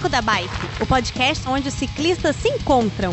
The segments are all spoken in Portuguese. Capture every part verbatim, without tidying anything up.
Beco da Bike, o podcast onde os ciclistas se encontram.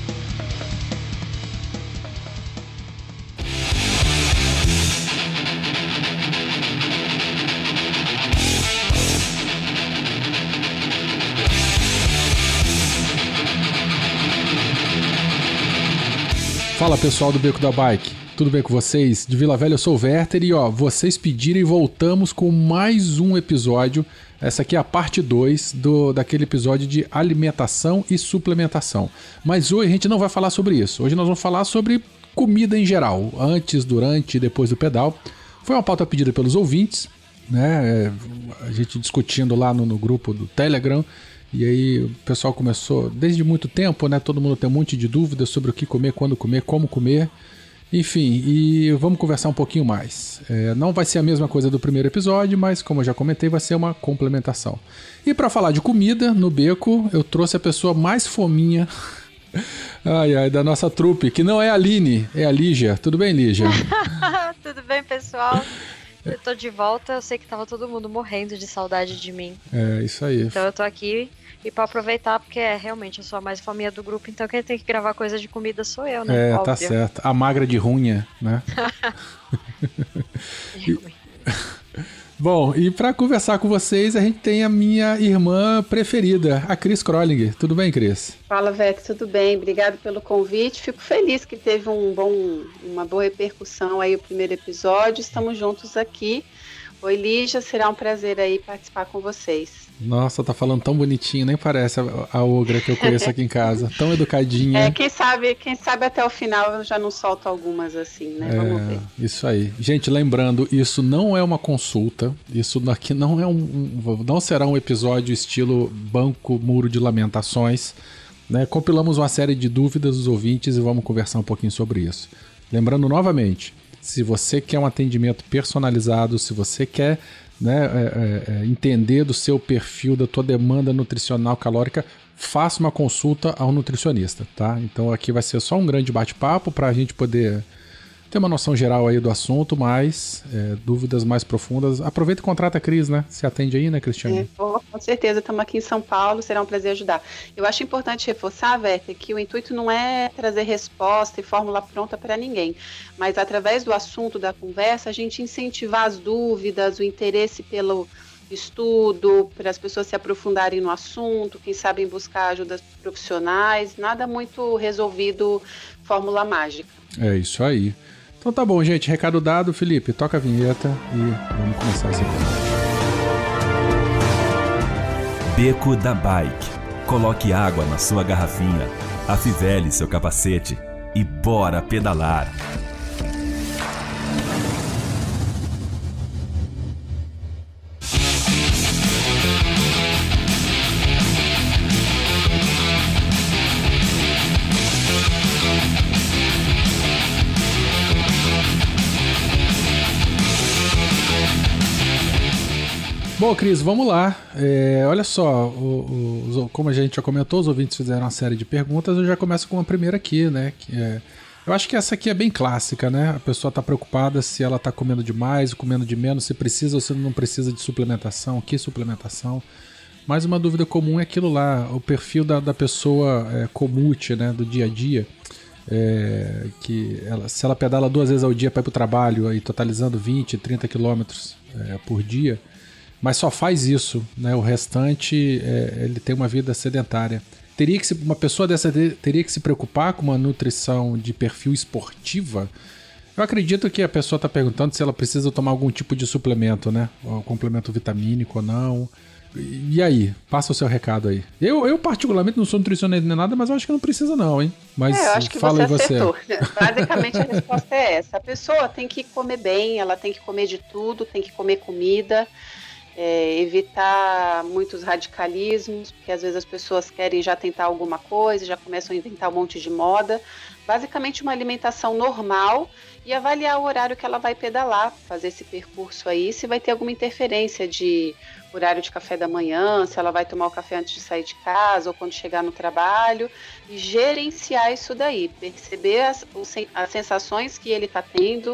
Fala pessoal do Beco da Bike, tudo bem com vocês? De Vila Velha eu sou o Werther e ó, vocês pediram e voltamos com mais um episódio. Essa aqui é a parte dois do, daquele episódio de alimentação e suplementação. Mas hoje a gente não vai falar sobre isso, hoje nós vamos falar sobre comida em geral, antes, durante e depois do pedal. Foi uma pauta pedida pelos ouvintes, né? A gente discutindo lá no, no grupo do Telegram. E aí o pessoal começou, desde muito tempo, né? Todo mundo tem um monte de dúvidas sobre o que comer, quando comer, como comer. Enfim, e vamos conversar um pouquinho mais. É, não vai ser a mesma coisa do primeiro episódio, mas como eu já comentei, vai ser uma complementação. E para falar de comida, no Beco, eu trouxe a pessoa mais fominha ai, ai, da nossa trupe, que não é a Aline, é a Lígia. Tudo bem, Lígia? Tudo bem, pessoal? Eu tô de volta, eu sei que tava todo mundo morrendo de saudade de mim. É, isso aí. Então eu tô aqui e pra aproveitar, porque é, realmente eu sou a mais fominha do grupo, então quem tem que gravar coisa de comida sou eu, né? É, Óbvio. Tá certo. A magra de runha, né? e... Bom, e pra conversar com vocês, a gente tem a minha irmã preferida, a Cris Crollinger. Tudo bem, Cris? Fala, Vec, tudo bem? Obrigado pelo convite. Fico feliz que teve um bom, uma boa repercussão aí o primeiro episódio. Estamos juntos aqui. Oi, Lígia, será um prazer aí participar com vocês. Nossa, tá falando tão bonitinho, nem parece a, a ogra que eu conheço aqui em casa. Tão educadinha. É, quem sabe, quem sabe até o final eu já não solto algumas assim, né? É, Vamos ver. Isso aí. Gente, lembrando, isso não é uma consulta, isso aqui não é um, um não será um episódio estilo banco, muro de lamentações, né? Compilamos uma série de dúvidas dos ouvintes e vamos conversar um pouquinho sobre isso. Lembrando novamente, se você quer um atendimento personalizado, se você quer, né, é, é, entender do seu perfil, da tua demanda nutricional calórica, faça uma consulta ao nutricionista, tá? Então aqui vai ser só um grande bate-papo para a gente poder ter uma noção geral aí do assunto, mas é, dúvidas mais profundas, aproveita e contrata a Cris, né? Se atende aí, né, Cristiane? É, oh, com certeza, estamos aqui em São Paulo, será um prazer ajudar. Eu acho importante reforçar, Werther, que o intuito não é trazer resposta e fórmula pronta para ninguém, mas através do assunto da conversa, a gente incentivar as dúvidas, o interesse pelo estudo, para as pessoas se aprofundarem no assunto, quem sabe buscar ajudas profissionais, nada muito resolvido, fórmula mágica. É isso aí. Então tá bom, gente. Recado dado. Felipe, toca a vinheta e vamos começar esse episódio. Beco da Bike. Coloque água na sua garrafinha, afivele seu capacete e bora pedalar. Bom, Cris, vamos lá. É, olha só, o, o, como a gente já comentou, os ouvintes fizeram uma série de perguntas, eu já começo com a primeira aqui, né? Que é, eu acho que essa aqui é bem clássica, né? A pessoa está preocupada se ela está comendo demais ou comendo de menos, se precisa ou se não precisa de suplementação, que suplementação. Mas uma dúvida comum é aquilo lá, o perfil da, da pessoa é, comute, né? Do dia a dia. É, que ela, se ela pedala duas vezes ao dia para ir para o trabalho, aí, totalizando vinte, trinta quilômetros é, por dia, mas só faz isso, né? O restante, é, ele tem uma vida sedentária. Teria que se, uma pessoa dessa teria que se preocupar com uma nutrição de perfil esportiva? Eu acredito que a pessoa está perguntando se ela precisa tomar algum tipo de suplemento, né? Ou complemento vitamínico ou não. E, e aí? Passa o seu recado aí. Eu, eu particularmente, não sou nutricionista nem nada, mas eu acho que não precisa não, hein? Mas é, eu acho que fala você acertou. Você. Basicamente a resposta é essa. A pessoa tem que comer bem, ela tem que comer de tudo, tem que comer comida. É, evitar muitos radicalismos, porque às vezes as pessoas querem já tentar alguma coisa, já começam a inventar um monte de moda. Basicamente uma alimentação normal e avaliar o horário que ela vai pedalar, fazer esse percurso aí, se vai ter alguma interferência de horário de café da manhã, se ela vai tomar o café antes de sair de casa ou quando chegar no trabalho, e gerenciar isso daí, perceber as, as sensações que ele está tendo,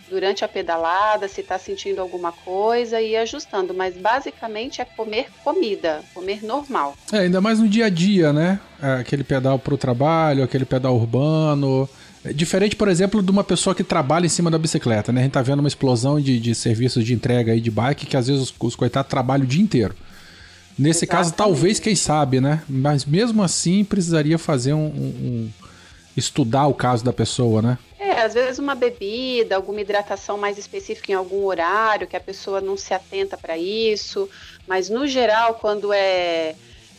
durante a pedalada, se está sentindo alguma coisa e ir ajustando, mas basicamente é comer comida, comer normal. É, ainda mais no dia a dia, né? Aquele pedal para o trabalho, aquele pedal urbano. É diferente, por exemplo, de uma pessoa que trabalha em cima da bicicleta, né? A gente tá vendo uma explosão de, de serviços de entrega aí de bike que às vezes os, os coitados trabalham o dia inteiro. Nesse Exatamente. Caso, talvez, quem sabe, né? Mas mesmo assim, precisaria fazer um, um, um... estudar o caso da pessoa, né? É, às vezes uma bebida, alguma hidratação mais específica em algum horário, que a pessoa não se atenta para isso, mas no geral, quando é,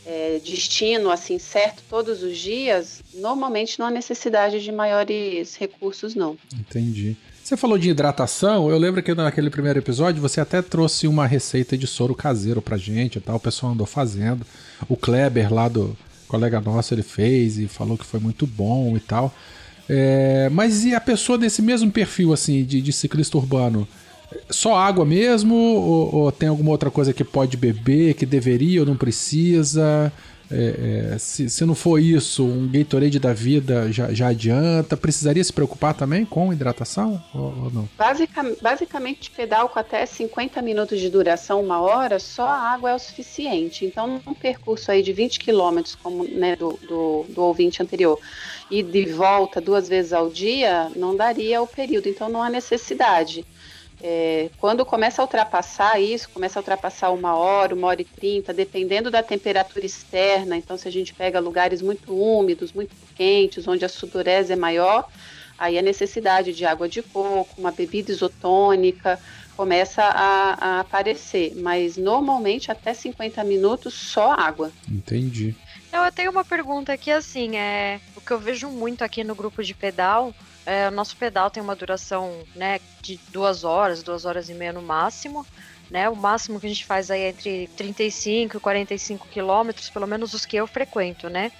é destino, assim, certo, todos os dias, normalmente não há necessidade de maiores recursos, não. Entendi. Você falou de hidratação, eu lembro que naquele primeiro episódio você até trouxe uma receita de soro caseiro pra gente e tal, o pessoal andou fazendo. O Kleber lá do colega nosso, ele fez e falou que foi muito bom e tal. É, mas e a pessoa desse mesmo perfil, assim, de, de ciclista urbano? Só água mesmo? Ou, ou tem alguma outra coisa que pode beber, que deveria ou não precisa? É, é, se, se não for isso, um Gatorade da vida já, já adianta? Precisaria se preocupar também com hidratação ou, ou não? Basica, basicamente, pedal com até cinquenta minutos de duração, uma hora, só a água é o suficiente. Então, num percurso aí de vinte quilômetros, como, né, do, do, do ouvinte anterior, e de volta duas vezes ao dia, não daria o período. Então, não há necessidade. É, quando começa a ultrapassar isso, começa a ultrapassar uma hora, uma hora e trinta, dependendo da temperatura externa, então se a gente pega lugares muito úmidos, muito quentes, onde a sudorese é maior, aí a necessidade de água de coco, uma bebida isotônica, começa a, a aparecer, mas normalmente até cinquenta minutos só água. Entendi. Eu tenho uma pergunta aqui, assim, é, o que eu vejo muito aqui no grupo de pedal, é, o nosso pedal tem uma duração, né, de duas horas, duas horas e meia no máximo, né, o máximo que a gente faz aí é entre trinta e cinco e quarenta e cinco quilômetros, pelo menos os que eu frequento, né,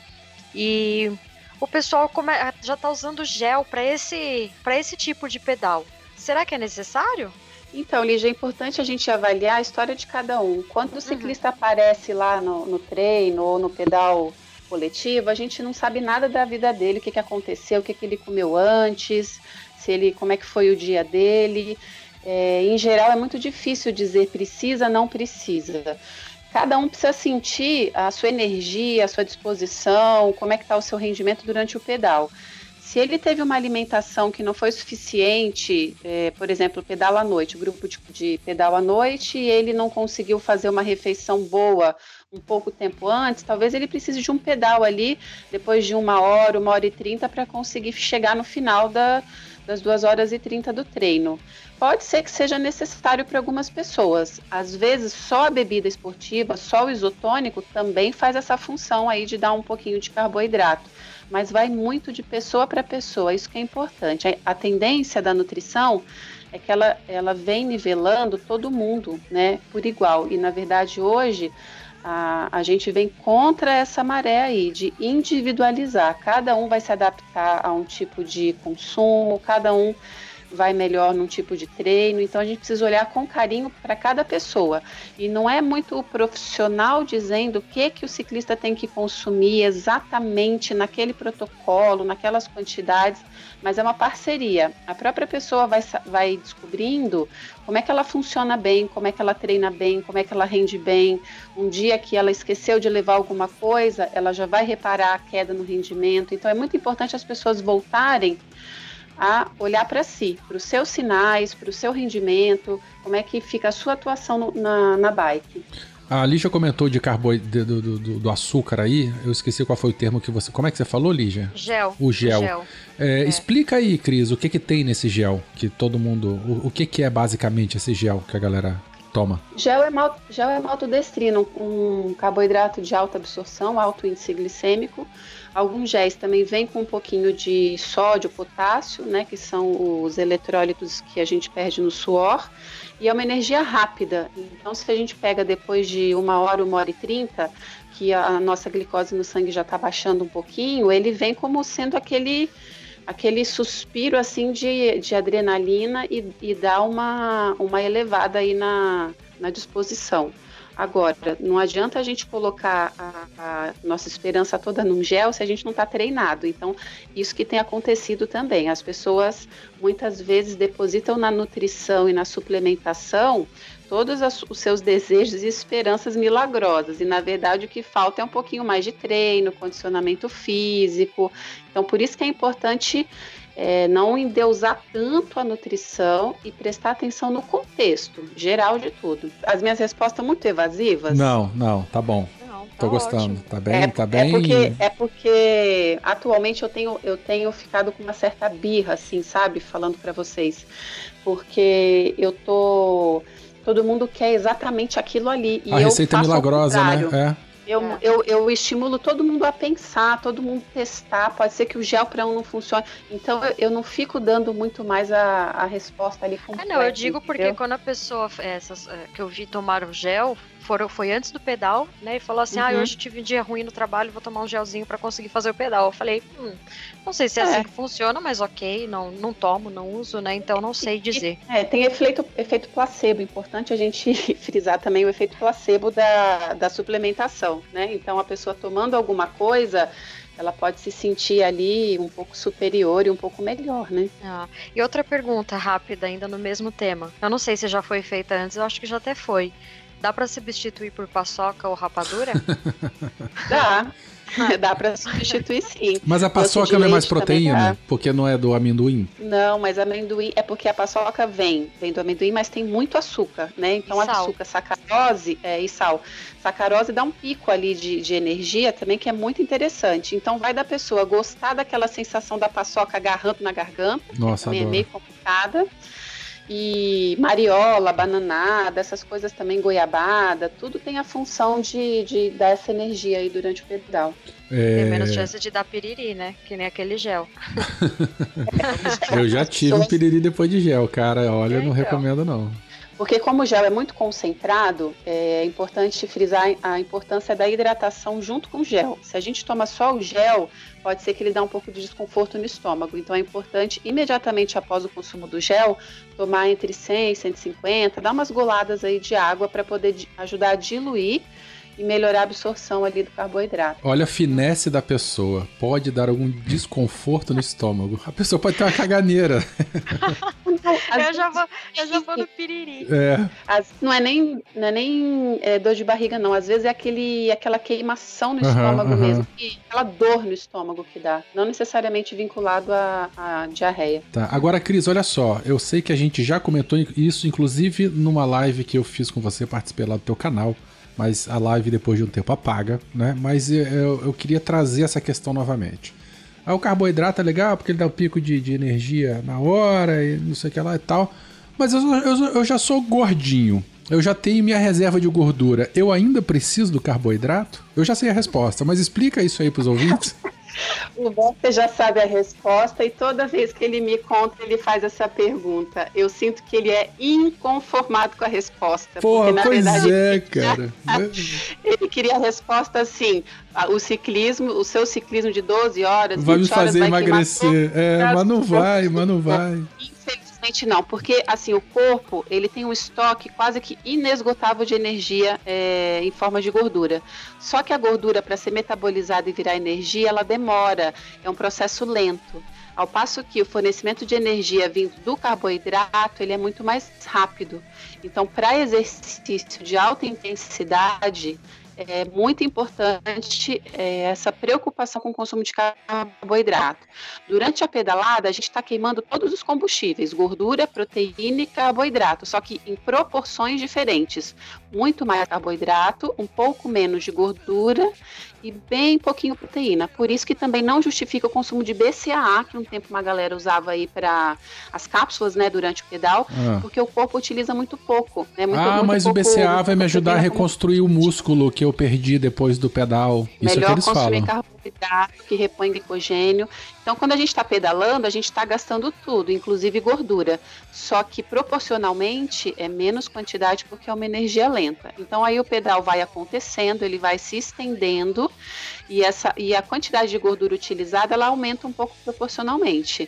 e o pessoal come, já tá usando gel para esse, para esse tipo de pedal. Será que é necessário? Então, Lígia, é importante a gente avaliar a história de cada um. Quando o ciclista uhum. aparece lá no, no treino ou no pedal coletivo, a gente não sabe nada da vida dele, o que, que aconteceu, o que, que ele comeu antes, se ele, como é que foi o dia dele. É, em geral, é muito difícil dizer precisa, não precisa. Cada um precisa sentir a sua energia, a sua disposição, como é que está o seu rendimento durante o pedal. Se ele teve uma alimentação que não foi suficiente, é, por exemplo, pedal à noite, o grupo de, de pedal à noite, e ele não conseguiu fazer uma refeição boa um pouco tempo antes, talvez ele precise de um pedal ali, depois de uma hora, uma hora e trinta, para conseguir chegar no final da, das duas horas e trinta do treino. Pode ser que seja necessário para algumas pessoas. Às vezes, só a bebida esportiva, só o isotônico, também faz essa função aí de dar um pouquinho de carboidrato. Mas vai muito de pessoa para pessoa, isso que é importante. A tendência da nutrição é que ela, ela vem nivelando todo mundo, né, por igual. E, na verdade, hoje, a, a gente vem contra essa maré aí, de individualizar. Cada um vai se adaptar a um tipo de consumo, cada um vai melhor num tipo de treino, então a gente precisa olhar com carinho para cada pessoa, e não é muito o profissional dizendo o que, que o ciclista tem que consumir exatamente naquele protocolo, naquelas quantidades, mas é uma parceria. A própria pessoa vai, vai descobrindo como é que ela funciona bem, como é que ela treina bem, como é que ela rende bem. Um dia que ela esqueceu de levar alguma coisa, ela já vai reparar a queda no rendimento, então é muito importante as pessoas voltarem a olhar para si, para os seus sinais, para o seu rendimento, como é que fica a sua atuação no, na, na bike. A Lígia comentou de carboidrato do, do, do, do açúcar aí, eu esqueci qual foi o termo que você... Como é que você falou, Lígia? Gel. O gel. O gel. É, é. Explica aí, Cris, o que que tem nesse gel, que todo mundo... O, o que que é basicamente esse gel que a galera toma? Gel é, mal, gel é maltodestrina, um carboidrato de alta absorção, alto índice glicêmico. Alguns géis também vêm com um pouquinho de sódio, potássio, né, que são os eletrólitos que a gente perde no suor, e é uma energia rápida. Então, se a gente pega depois de uma hora, uma hora e trinta, que a nossa glicose no sangue já está baixando um pouquinho, ele vem como sendo aquele, aquele suspiro assim de, de adrenalina e, e dá uma, uma elevada aí na, na disposição. Agora, não adianta a gente colocar a, a nossa esperança toda num gel se a gente não está treinado. Então, isso que tem acontecido também. As pessoas muitas vezes depositam na nutrição e na suplementação todos os seus desejos e esperanças milagrosas. E, na verdade, o que falta é um pouquinho mais de treino, condicionamento físico. Então, por isso que é importante é, não endeusar tanto a nutrição e prestar atenção no contexto geral de tudo. As minhas respostas estão muito evasivas? Não, não, tá bom. Não, tá Tô gostando, ótimo. tá bem, É, tá bem. é, porque, é porque atualmente eu tenho, eu tenho ficado com uma certa birra, assim, sabe? Falando pra vocês. Porque eu tô... Todo mundo quer exatamente aquilo ali. E a eu receita faço milagrosa, ao contrário. né? É. Eu, É. eu, eu estimulo todo mundo a pensar, todo mundo testar. Pode ser que o gel para um não funcione. Então eu, eu não fico dando muito mais a, a resposta ali Ah, completa. não, eu digo porque entendeu? quando a pessoa, essas é, que eu vi tomar o gel, foram, foi antes do pedal, né? E falou assim: Uhum. ah, hoje tive um dia ruim no trabalho, vou tomar um gelzinho pra conseguir fazer o pedal. Eu falei: hum, não sei se é, É. assim que funciona, mas ok, não, não tomo, não uso, né? Então não sei dizer. É, tem efeito, efeito placebo. Importante a gente frisar também o efeito placebo da, da suplementação, né? Então a pessoa tomando alguma coisa, ela pode se sentir ali um pouco superior e um pouco melhor, né? Ah, e outra pergunta rápida, ainda no mesmo tema. Eu não sei se já foi feita antes, eu acho que já até foi. Dá pra substituir por paçoca ou rapadura? Dá. Dá para substituir sim. Mas a Doce de paçoca não é mais leite também proteína? dá. Porque não é do amendoim? Não, mas amendoim é porque a paçoca vem, vem do amendoim, mas tem muito açúcar, né? Então E sal. açúcar, sacarose é, e sal. Sacarose dá um pico ali de, de energia também que é muito interessante. Então vai da pessoa gostar daquela sensação da paçoca agarrando na garganta, Nossa, também é adoro. meio complicada. E mariola, bananada, essas coisas também, goiabada, tudo tem a função de, de dar essa energia aí durante o pedal. Tem É, menos chance de dar piriri, né? Que nem aquele gel. eu já tive um piriri depois de gel, cara. Olha, eu não Então. recomendo não. Porque como o gel é muito concentrado, é importante frisar a importância da hidratação junto com o gel. Se a gente toma só o gel, pode ser que ele dê um pouco de desconforto no estômago. Então é importante, imediatamente após o consumo do gel, tomar entre cem e cento e cinquenta, dar umas goladas aí de água para poder di- ajudar a diluir e melhorar a absorção ali do carboidrato. Olha a finesse da pessoa. Pode dar algum desconforto no estômago. A pessoa pode ter uma caganeira. Às Eu já vezes- vou, eu já vou no piriri. É. As- não é nem, não é nem é, dor de barriga, não. Às vezes é aquele, aquela queimação no Aham, estômago aham. mesmo. E aquela dor no estômago que dá. Não necessariamente vinculado à, à diarreia. Tá. Agora, Cris, olha só. Eu sei que a gente já comentou isso, inclusive numa live que eu fiz com você, participei lá do teu canal. Mas a live depois de um tempo apaga, né? Mas eu, eu queria trazer essa questão novamente. Aí o carboidrato é legal porque ele dá o pico de, de energia na hora e não sei o que lá e tal. Mas eu, eu, eu já sou gordinho. Eu já tenho minha reserva de gordura. Eu ainda preciso do carboidrato? Eu já sei a resposta, mas explica isso aí pros ouvintes. O Walter já sabe a resposta e toda vez que ele me conta, ele faz essa pergunta. Eu sinto que ele é inconformado com a resposta. Porra, porque, na pois verdade, é, cara. ele queria a resposta assim: o ciclismo, o seu ciclismo de doze horas, Vai me vinte horas fazer vai queimar emagrecer. É, todas mas não as vai, mas não vai. Infelizmente não, porque assim o corpo ele tem um estoque quase que inesgotável de energia é, em forma de gordura. Só que a gordura para ser metabolizada e virar energia, ela demora, é um processo lento. Ao passo que o fornecimento de energia vindo do carboidrato, ele é muito mais rápido. Então, para exercício de alta intensidade, é muito importante é, essa preocupação com o consumo de carboidrato. Durante a pedalada, a gente está queimando todos os combustíveis, gordura, proteína e carboidrato, só que em proporções diferentes. Muito mais carboidrato, um pouco menos de gordura e bem pouquinho proteína. Por isso que também não justifica o consumo de B C A A, que um tempo uma galera usava aí para as cápsulas, né, durante o pedal, Ah. porque o corpo utiliza muito pouco. Né, muito, Ah, muito mas o pouco, B C A A vai me ajudar a proteína como- reconstruir o músculo que eu perdi depois do pedal. Isso é que Melhor eles consumir falam. carboidrato, que repõe glicogênio. Então, quando a gente está pedalando, a gente está gastando tudo, inclusive gordura. Só que proporcionalmente é menos quantidade porque é uma energia lenta. Então, aí o pedal vai acontecendo, ele vai se estendendo e, essa, e a quantidade de gordura utilizada ela aumenta um pouco proporcionalmente.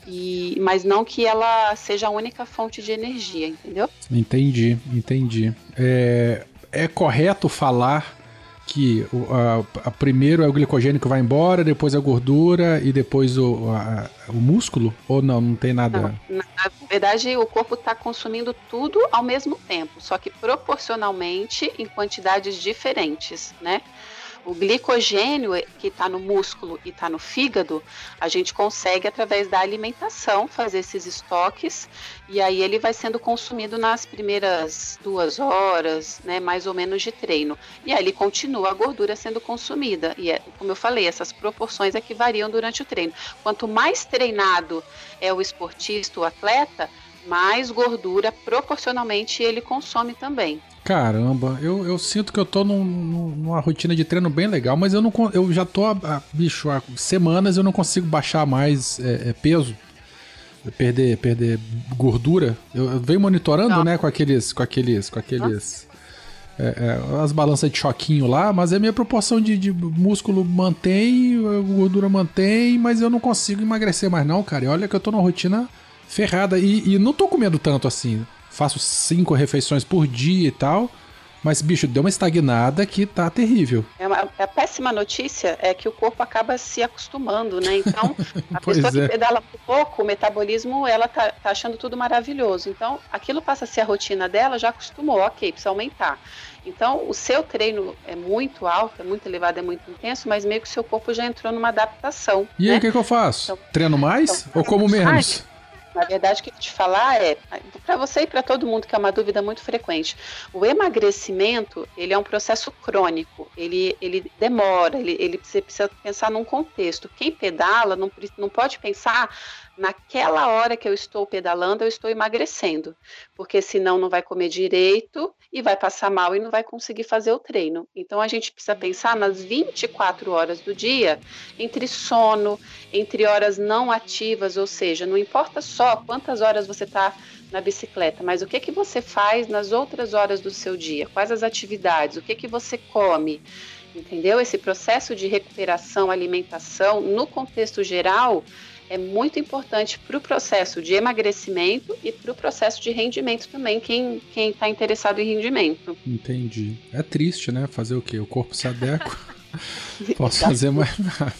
E, mas não que ela seja a única fonte de energia, entendeu? Entendi, entendi. É, é correto falar que o a, a primeiro é o glicogênio que vai embora, depois a gordura e depois o, a, o músculo? Ou não, não tem nada? Não, na verdade, o corpo está consumindo tudo ao mesmo tempo, só que proporcionalmente em quantidades diferentes, né? O glicogênio que está no músculo e está no fígado, a gente consegue, através da alimentação, fazer esses estoques e aí ele vai sendo consumido nas primeiras duas horas, né, mais ou menos de treino. E aí ele continua a gordura sendo consumida. E, é, como eu falei, essas proporções é que variam durante o treino. Quanto mais treinado é o esportista, o atleta, mais gordura proporcionalmente ele consome também. Caramba, eu, eu sinto que eu tô num, numa rotina de treino bem legal, mas eu, não, eu já tô, há, bicho, há semanas eu não consigo baixar mais é, é, peso, perder, perder gordura. Eu, eu venho monitorando, não. né, com aqueles, com aqueles, com aqueles, é, é, as balanças de choquinho lá, mas a minha proporção de, de músculo mantém, gordura mantém, mas eu não consigo emagrecer mais não, cara. E olha que eu tô numa rotina ferrada e, e não tô comendo tanto assim. Faço cinco refeições por dia e tal, mas, bicho, deu uma estagnada que tá terrível. É uma, a péssima notícia é que o corpo acaba se acostumando, né? Então, a pessoa é. que pedala por pouco, o metabolismo, ela tá, tá achando tudo maravilhoso. Então, aquilo passa a ser a rotina dela, já acostumou, ok, precisa aumentar. Então, o seu treino é muito alto, é muito elevado, é muito intenso, mas meio que o seu corpo já entrou numa adaptação. E né? aí, o que, que eu faço? Então, Treino mais então, ou como menos? Na verdade, o que eu te falar é, para você e para todo mundo, que é uma dúvida muito frequente, o emagrecimento, ele é um processo crônico, ele, ele demora, ele, ele você precisa pensar num contexto. Quem pedala não, não pode pensar naquela hora que eu estou pedalando, eu estou emagrecendo, porque senão não vai comer direito e vai passar mal e não vai conseguir fazer o treino. Então a gente precisa pensar nas vinte e quatro horas do dia, entre sono, entre horas não ativas, ou seja, não importa só quantas horas você está na bicicleta, mas o que que você faz nas outras horas do seu dia, quais as atividades, o que que você come, entendeu? Esse processo de recuperação, alimentação, no contexto geral, é muito importante para o processo de emagrecimento e para o processo de rendimento também, quem quem está interessado em rendimento. Entendi. É triste, né? Fazer o quê? O corpo se adequa. Posso fazer mais nada.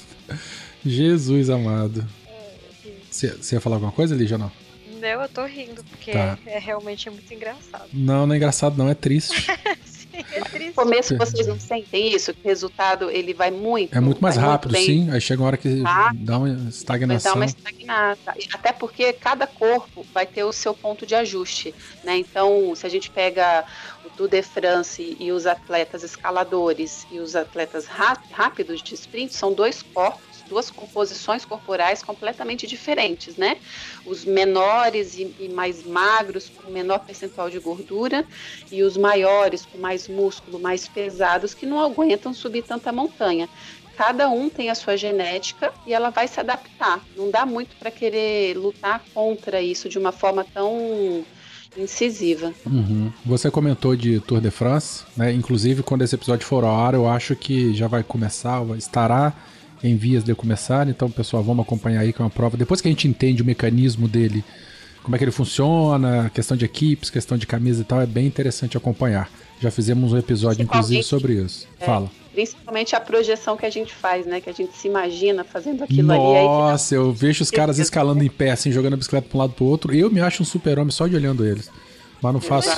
Jesus amado. Você ia falar alguma coisa, Lígia, ou não? Não, eu tô rindo, porque tá. é, é realmente muito engraçado. Não, não é engraçado não, é triste. É triste. No começo vocês não sentem isso, que o resultado ele vai muito... É muito mais rápido, muito sim. Aí chega uma hora que ah, dá uma estagnação. Vai dar uma estagnada. Até porque cada corpo vai ter o seu ponto de ajuste, né? Então, se a gente pega o Tour de France e os atletas escaladores e os atletas rápidos de sprint, são dois corpos, duas composições corporais completamente diferentes, né? Os menores e, e mais magros com menor percentual de gordura e os maiores com mais músculo, mais pesados, que não aguentam subir tanta montanha. Cada um tem a sua genética e ela vai se adaptar. Não dá muito para querer lutar contra isso de uma forma tão incisiva. Uhum. Você comentou de Tour de France, né? Inclusive, quando esse episódio for ao ar, eu acho que já vai começar, estará em vias de começar, então pessoal, vamos acompanhar aí que é uma prova, depois que a gente entende o mecanismo dele, como é que ele funciona, questão de equipes, questão de camisa e tal, é bem interessante acompanhar. Já fizemos um episódio inclusive sobre isso. É, Fala. Principalmente a projeção que a gente faz, né, que a gente se imagina fazendo aquilo Nossa, ali. Nossa, eu vejo os caras escalando em pé, assim, jogando a bicicleta para um lado para o outro, eu me acho um super-homem só de olhando eles. Mas não faço.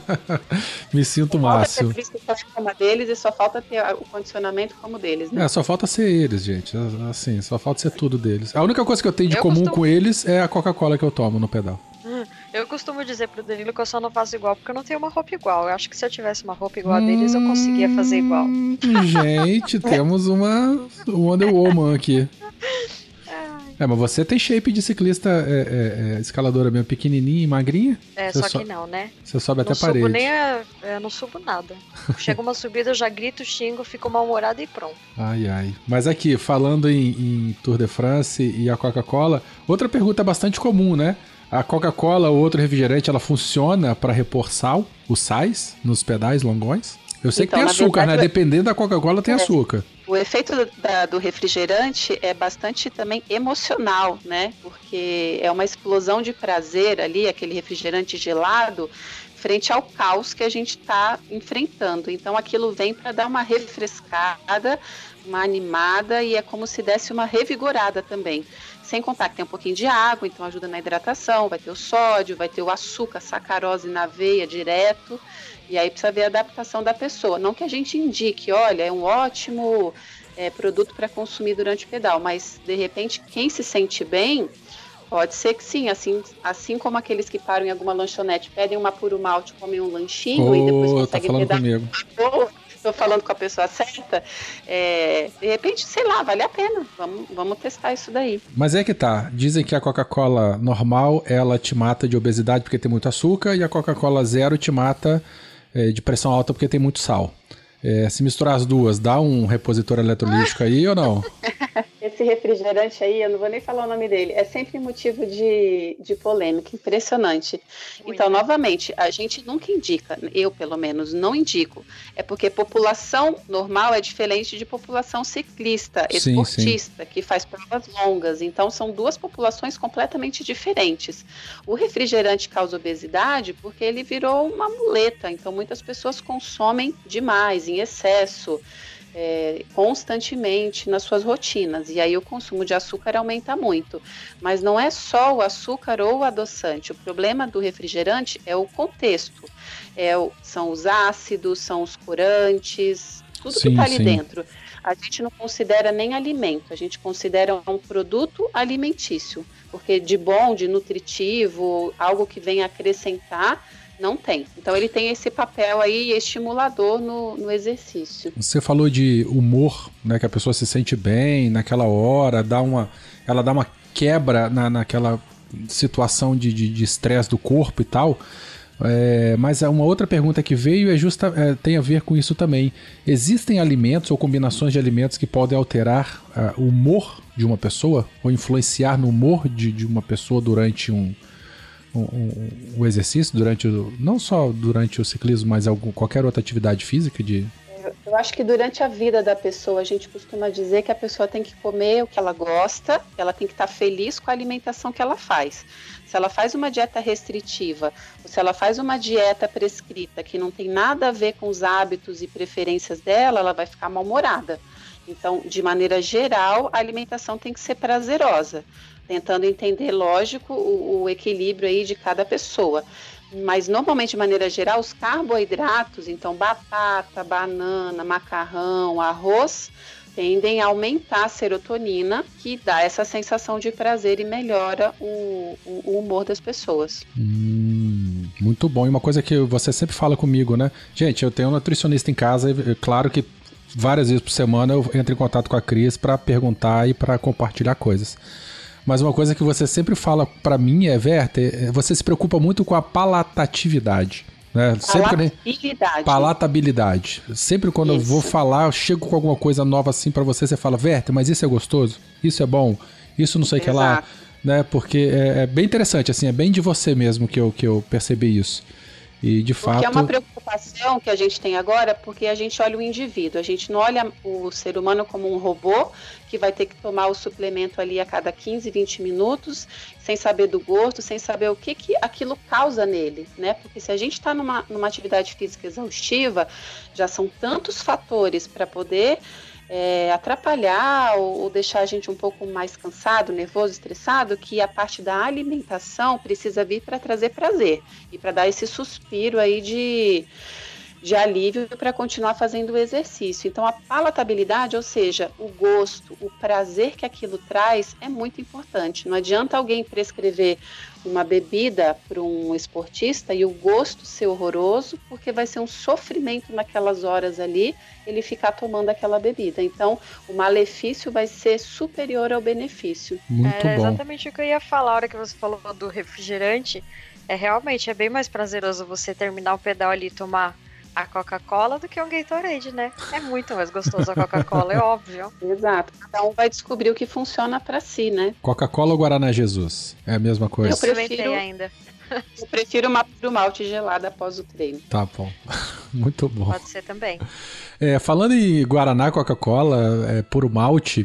Me sinto o máximo. Só falta ter como deles e só falta ter o condicionamento como deles, né? É, só falta ser eles, gente. Assim, só falta ser tudo deles. A única coisa que eu tenho de eu comum costumo... com eles é a Coca-Cola que eu tomo no pedal. Eu costumo dizer pro Danilo que eu só não faço igual porque eu não tenho uma roupa igual. Eu acho que se eu tivesse uma roupa igual a deles, eu conseguia fazer igual. Gente, temos uma Wonder Woman aqui. É, mas você tem shape de ciclista é, é, é, escaladora mesmo, pequenininha e magrinha? É, você só so... que não, né? Você sobe não até a parede. Nem a, é, não subo nada. Chega uma subida, eu já grito, xingo, fico mal-humorada e pronto. Ai, ai. Mas aqui, falando em, em Tour de France e a Coca-Cola, outra pergunta bastante comum, né? A Coca-Cola ou outro refrigerante, ela funciona para repor sal, os sais, nos pedais longões? Eu sei Então, que tem na açúcar, verdade, né? Dependendo da Coca-Cola tem é. açúcar. O efeito do, da, do refrigerante é bastante também emocional, né? Porque é uma explosão de prazer ali, aquele refrigerante gelado, frente ao caos que a gente está enfrentando. Então aquilo vem para dar uma refrescada, uma animada, e é como se desse uma revigorada também. Sem contar que tem um pouquinho de água, então ajuda na hidratação, vai ter o sódio, vai ter o açúcar, a sacarose na veia direto. E aí precisa ver a adaptação da pessoa. Não que a gente indique, olha, é um ótimo é, produto para consumir durante o pedal, mas de repente quem se sente bem, pode ser que sim, assim, assim como aqueles que param em alguma lanchonete, pedem uma puro malte, comem um lanchinho oh, e depois conseguem tá falando pedal. comigo. Estou falando com a pessoa certa, é, de repente, sei lá, vale a pena, vamos, vamos testar isso daí. Mas é que tá, dizem que a Coca-Cola normal, ela te mata de obesidade porque tem muito açúcar, e a Coca-Cola zero te mata é, de pressão alta porque tem muito sal. É, se misturar as duas, dá um repositor eletrolítico aí ou não? Esse refrigerante aí, eu não vou nem falar o nome dele, é sempre motivo de, de polêmica, impressionante. Muito. Então, novamente, a gente nunca indica, eu pelo menos não indico, é porque população normal é diferente de população ciclista, sim, esportista, sim. que faz provas longas, então são duas populações completamente diferentes. O refrigerante causa obesidade porque ele virou uma muleta, então muitas pessoas consomem demais, em excesso, É, constantemente nas suas rotinas, e aí o consumo de açúcar aumenta muito, mas não é só o açúcar ou o adoçante, o problema do refrigerante é o contexto, é o, são os ácidos, são os corantes, tudo sim, que está ali sim. dentro. A gente não considera nem alimento, a gente considera um produto alimentício, porque de bom, de nutritivo, algo que venha acrescentar, não tem. Então ele tem esse papel aí estimulador no, no exercício. Você falou de humor, né, que a pessoa se sente bem naquela hora, dá uma, ela dá uma quebra na, naquela situação de estresse do corpo e tal. É, mas uma outra pergunta que veio é justa, é, tem a ver com isso também. Existem alimentos ou combinações de alimentos que podem alterar uh, o humor de uma pessoa ou influenciar no humor de, de uma pessoa durante um Um, um, um exercício, durante o, não só durante o ciclismo, mas algum, qualquer outra atividade física? De... Eu, eu acho que durante a vida da pessoa, a gente costuma dizer que a pessoa tem que comer o que ela gosta, ela tem que estar feliz com a alimentação que ela faz. Se ela faz uma dieta restritiva, ou se ela faz uma dieta prescrita que não tem nada a ver com os hábitos e preferências dela, ela vai ficar mal-humorada. Então, de maneira geral, a alimentação tem que ser prazerosa, tentando entender, lógico, o, o equilíbrio aí de cada pessoa. Mas, normalmente, de maneira geral, os carboidratos, então batata, banana, macarrão, arroz, tendem a aumentar a serotonina, que dá essa sensação de prazer e melhora o, o, o humor das pessoas. Hum, muito bom. E uma coisa que você sempre fala comigo, né? Gente, eu tenho um nutricionista em casa, e claro que várias vezes por semana eu entro em contato com a Cris para perguntar e para compartilhar coisas. Mas uma coisa que você sempre fala pra mim é, Werther, você se preocupa muito com a palatatividade. Né? Palatabilidade. Palatabilidade. Sempre quando isso. eu vou falar, eu chego com alguma coisa nova assim pra você, você fala, Werther, mas isso é gostoso? Isso é bom? Isso não sei o que lá. Né? Porque é, é bem interessante, assim, é bem de você mesmo que eu, que eu percebi isso. E de fato... Porque é uma preocupação que a gente tem agora, porque a gente olha o indivíduo, a gente não olha o ser humano como um robô que vai ter que tomar o suplemento ali a cada quinze, vinte minutos, sem saber do gosto, sem saber o que, que aquilo causa nele, né? Porque se a gente está numa, numa atividade física exaustiva, já são tantos fatores para poder... É, atrapalhar ou, ou deixar a gente um pouco mais cansado, nervoso, estressado, que a parte da alimentação precisa vir para trazer prazer e para dar esse suspiro aí de, de alívio para continuar fazendo o exercício. Então a palatabilidade, ou seja, o gosto, o prazer que aquilo traz é muito importante. Não adianta alguém prescrever uma bebida para um esportista e o gosto ser horroroso, porque vai ser um sofrimento naquelas horas ali ele ficar tomando aquela bebida. Então, o malefício vai ser superior ao benefício. Muito é bom. Exatamente o que eu ia falar a hora que você falou do refrigerante. É realmente, é bem mais prazeroso você terminar o pedal ali e tomar a Coca-Cola do que um Gatorade, né? É muito mais gostoso a Coca-Cola, é óbvio. Exato. Cada um vai descobrir o que funciona pra si, né? Coca-Cola ou Guaraná Jesus? É a mesma coisa. Eu prefiro, ainda. Eu prefiro uma pro malte gelada após o treino. Tá bom. Muito bom. Pode ser também. É, falando em Guaraná, Coca-Cola, é, puro malte,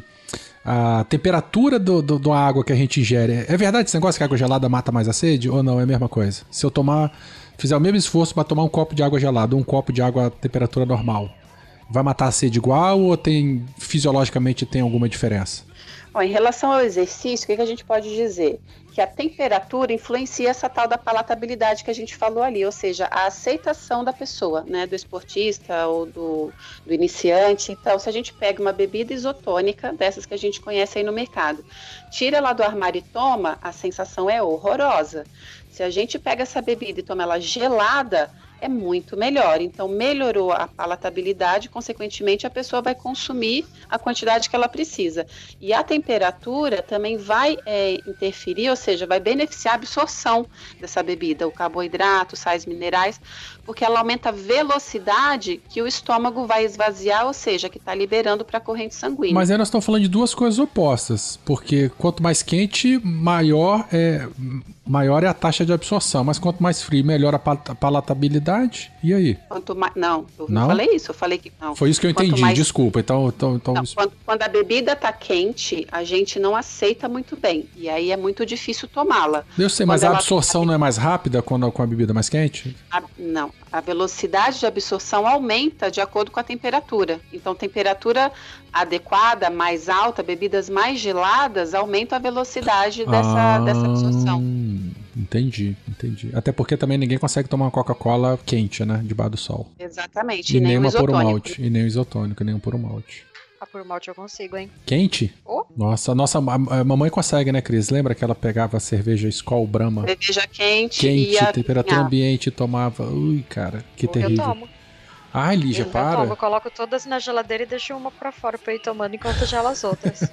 a temperatura do, do, da água que a gente ingere, é verdade esse negócio que a água gelada mata mais a sede ou não? É a mesma coisa? Se eu tomar, fizer o mesmo esforço para tomar um copo de água gelada ou um copo de água a temperatura normal, vai matar a sede igual ou tem, fisiologicamente tem alguma diferença? Bom, em relação ao exercício, o que, que a gente pode dizer? Que a temperatura influencia essa tal da palatabilidade que a gente falou ali, ou seja, a aceitação da pessoa, né, do esportista ou do, do iniciante. Então, se a gente pega uma bebida isotônica, dessas que a gente conhece aí no mercado, tira ela do armário e toma, a sensação é horrorosa. Se a gente pega essa bebida e toma ela gelada, é muito melhor. Então, melhorou a palatabilidade, consequentemente, a pessoa vai consumir a quantidade que ela precisa. E a temperatura também vai é, interferir, ou seja, vai beneficiar a absorção dessa bebida, o carboidrato, sais minerais, porque ela aumenta a velocidade que o estômago vai esvaziar, ou seja, que está liberando para a corrente sanguínea. Mas aí nós estamos falando de duas coisas opostas, porque quanto mais quente, maior é, maior é a taxa de absorção, mas quanto mais frio, melhor a palatabilidade. E aí? Quanto mais, não, eu não, não falei isso, eu falei que não. Foi isso que eu entendi, mais... desculpa. Então, então, então... Não, quando, quando a bebida está quente, a gente não aceita muito bem, e aí é muito difícil tomá-la. Eu sei, quando mas a ela... absorção não é mais rápida quando, com a bebida mais quente? A, não, a velocidade de absorção aumenta de acordo com a temperatura. Então, temperatura adequada, mais alta, bebidas mais geladas, aumentam a velocidade dessa, ah, dessa absorção. Entendi, entendi. Até porque também ninguém consegue tomar uma Coca-Cola quente, né? Debaixo do sol. Exatamente. E, e nem, nem uma puro malte. E nem o isotônico, nem um puro malte. A puro malte eu consigo, hein? Quente? Oh. Nossa, nossa, a, a mamãe consegue, né, Cris? Lembra que ela pegava a cerveja Skol Brahma? Cerveja quente. Quente, e a... temperatura ah. ambiente, tomava. Ui, cara, que eu terrível. Eu tomo. Ai, Lígia, eu para. Tomo, eu coloco todas na geladeira e deixo uma pra fora pra ir tomando enquanto gela as outras.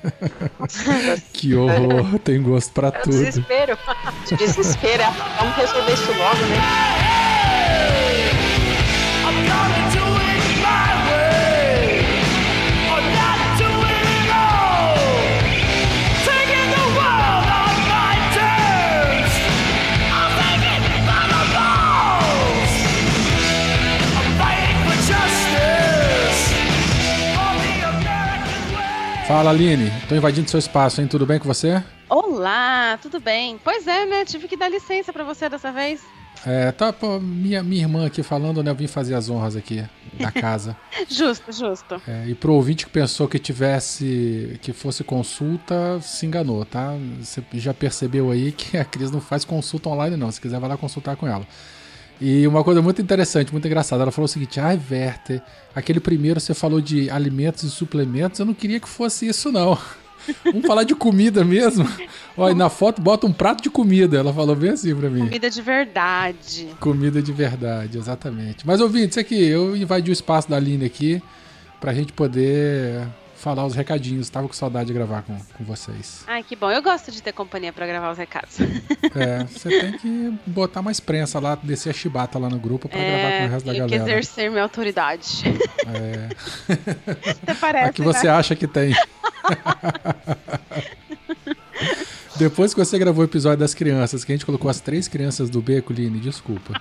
Que horror, tem gosto pra é tudo. Desespero. Desespero. Vamos resolver isso logo, né? Fala, Aline. Tô invadindo seu espaço, hein? Tudo bem com você? Olá, tudo bem? Pois é, né? Tive que dar licença pra você dessa vez. É, tá, pô, minha, minha irmã aqui falando, né? Eu vim fazer as honras aqui da casa. Justo, justo. É, e pro ouvinte que pensou que tivesse, que fosse consulta, se enganou, tá? Você já percebeu aí que a Cris não faz consulta online, não. Se quiser, vai lá consultar com ela. E uma coisa muito interessante, muito engraçada, ela falou o seguinte: ai, Werther, aquele primeiro você falou de alimentos e suplementos, eu não queria que fosse isso, não. Vamos falar de comida mesmo? Olha, na foto bota um prato de comida, ela falou bem assim pra mim. Comida de verdade. Comida de verdade, exatamente. Mas, ouvintes, aqui, eu invadi o espaço da Aline aqui pra gente poder falar os recadinhos. Tava com saudade de gravar com, com vocês. Ai, que bom. Eu gosto de ter companhia pra gravar os recados. É, você tem que botar mais prensa lá, descer a chibata lá no grupo pra é, gravar com o resto da galera. Tem que exercer minha autoridade. É. Até parece, a que você né? acha que tem. Depois que você gravou o episódio das crianças, que a gente colocou as três crianças do Beco, Line, desculpa.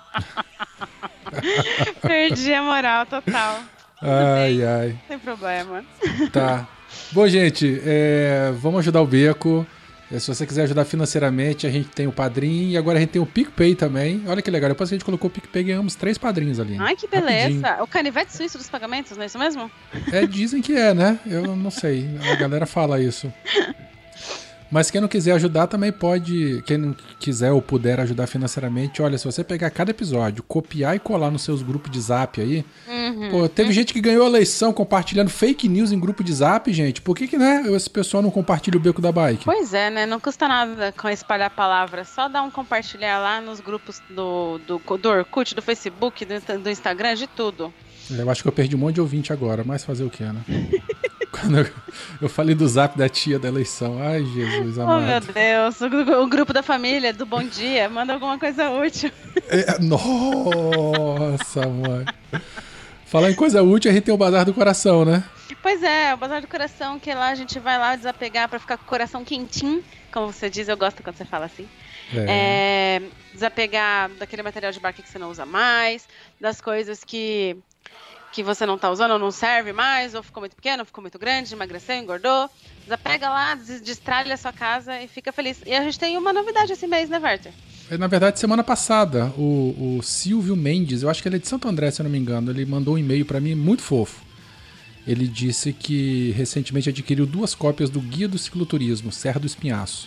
Perdi a moral total. Ai, bem, ai. Sem problema. Tá. Bom, gente, é, vamos ajudar o Beco. É, se você quiser ajudar financeiramente, a gente tem o Padrim e agora a gente tem o PicPay também. Olha que legal. Depois que a gente colocou o PicPay, ganhamos três padrinhos ali. Ai, que beleza. Rapidinho. O canivete suíço dos pagamentos, não é isso mesmo? É, dizem que é, né? Eu não sei. A galera fala isso. Mas quem não quiser ajudar também pode, quem não quiser ou puder ajudar financeiramente, olha, se você pegar cada episódio, copiar e colar nos seus grupos de zap aí, uhum, pô, teve uhum. gente que ganhou a eleição compartilhando fake news em grupo de zap, gente, por que que, né, esse pessoal não compartilha o Beco da Bike? Pois é, né, não custa nada com espalhar a palavra, só dar um compartilhar lá nos grupos do, do, do Orkut, do Facebook, do, do Instagram, de tudo. Eu acho que eu perdi um monte de ouvinte agora, mas fazer o quê, né? Quando eu, eu falei do zap da tia da eleição. Ai, Jesus amado. Oh, meu Deus. O, o grupo da família, do Bom Dia, manda alguma coisa útil. É, nossa, mãe. Falar em coisa útil, a gente tem o Bazar do Coração, né? Pois é, o Bazar do Coração, que lá a gente vai lá desapegar pra ficar com o coração quentinho. Como você diz, eu gosto quando você fala assim. É. É, desapegar daquele material de bike que você não usa mais, das coisas que, que você não tá usando ou não serve mais, ou ficou muito pequeno, ou ficou muito grande, emagreceu, engordou. Desapega lá, destralha a sua casa e fica feliz. E a gente tem uma novidade esse mês, né, Werther? Na verdade, semana passada, o, o Silvio Mendes, eu acho que ele é de Santo André, se eu não me engano, ele mandou um e-mail para mim muito fofo. Ele disse que recentemente adquiriu duas cópias do Guia do Cicloturismo, Serra do Espinhaço,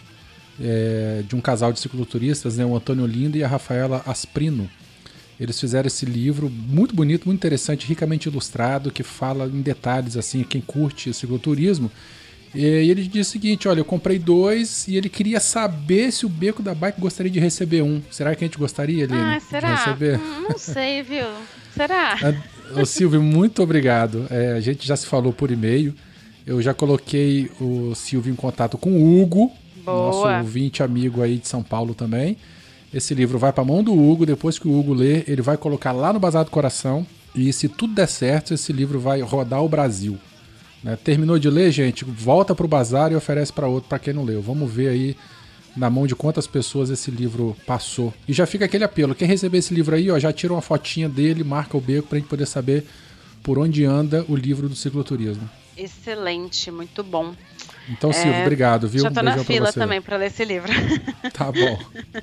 é, de um casal de cicloturistas, né, o Antônio Lindo e a Rafaela Asprino. Eles fizeram esse livro muito bonito, muito interessante, ricamente ilustrado, que fala em detalhes, assim, quem curte cicloturismo. E ele disse o seguinte, olha, eu comprei dois e ele queria saber se o Beco da Bike gostaria de receber um. Será que a gente gostaria, Aline, ah, será? de receber? Hum, não sei, viu? Será? Ô, Silvio, muito obrigado. É, a gente já se falou por e-mail. Eu já coloquei o Silvio em contato com o Hugo, Boa. nosso ouvinte amigo aí de São Paulo também. Esse livro vai para a mão do Hugo. Depois que o Hugo ler, ele vai colocar lá no Bazar do Coração. E se tudo der certo, esse livro vai rodar o Brasil. Né? Terminou de ler, gente, volta pro bazar e oferece para outro, para quem não leu. Vamos ver aí na mão de quantas pessoas esse livro passou. E já fica aquele apelo, quem receber esse livro aí, ó, já tira uma fotinha dele, marca o beco pra gente poder saber por onde anda o livro do cicloturismo. Excelente, muito bom. Então, Silvio, é, obrigado, viu? Já tô um na fila também para ler esse livro. Tá bom.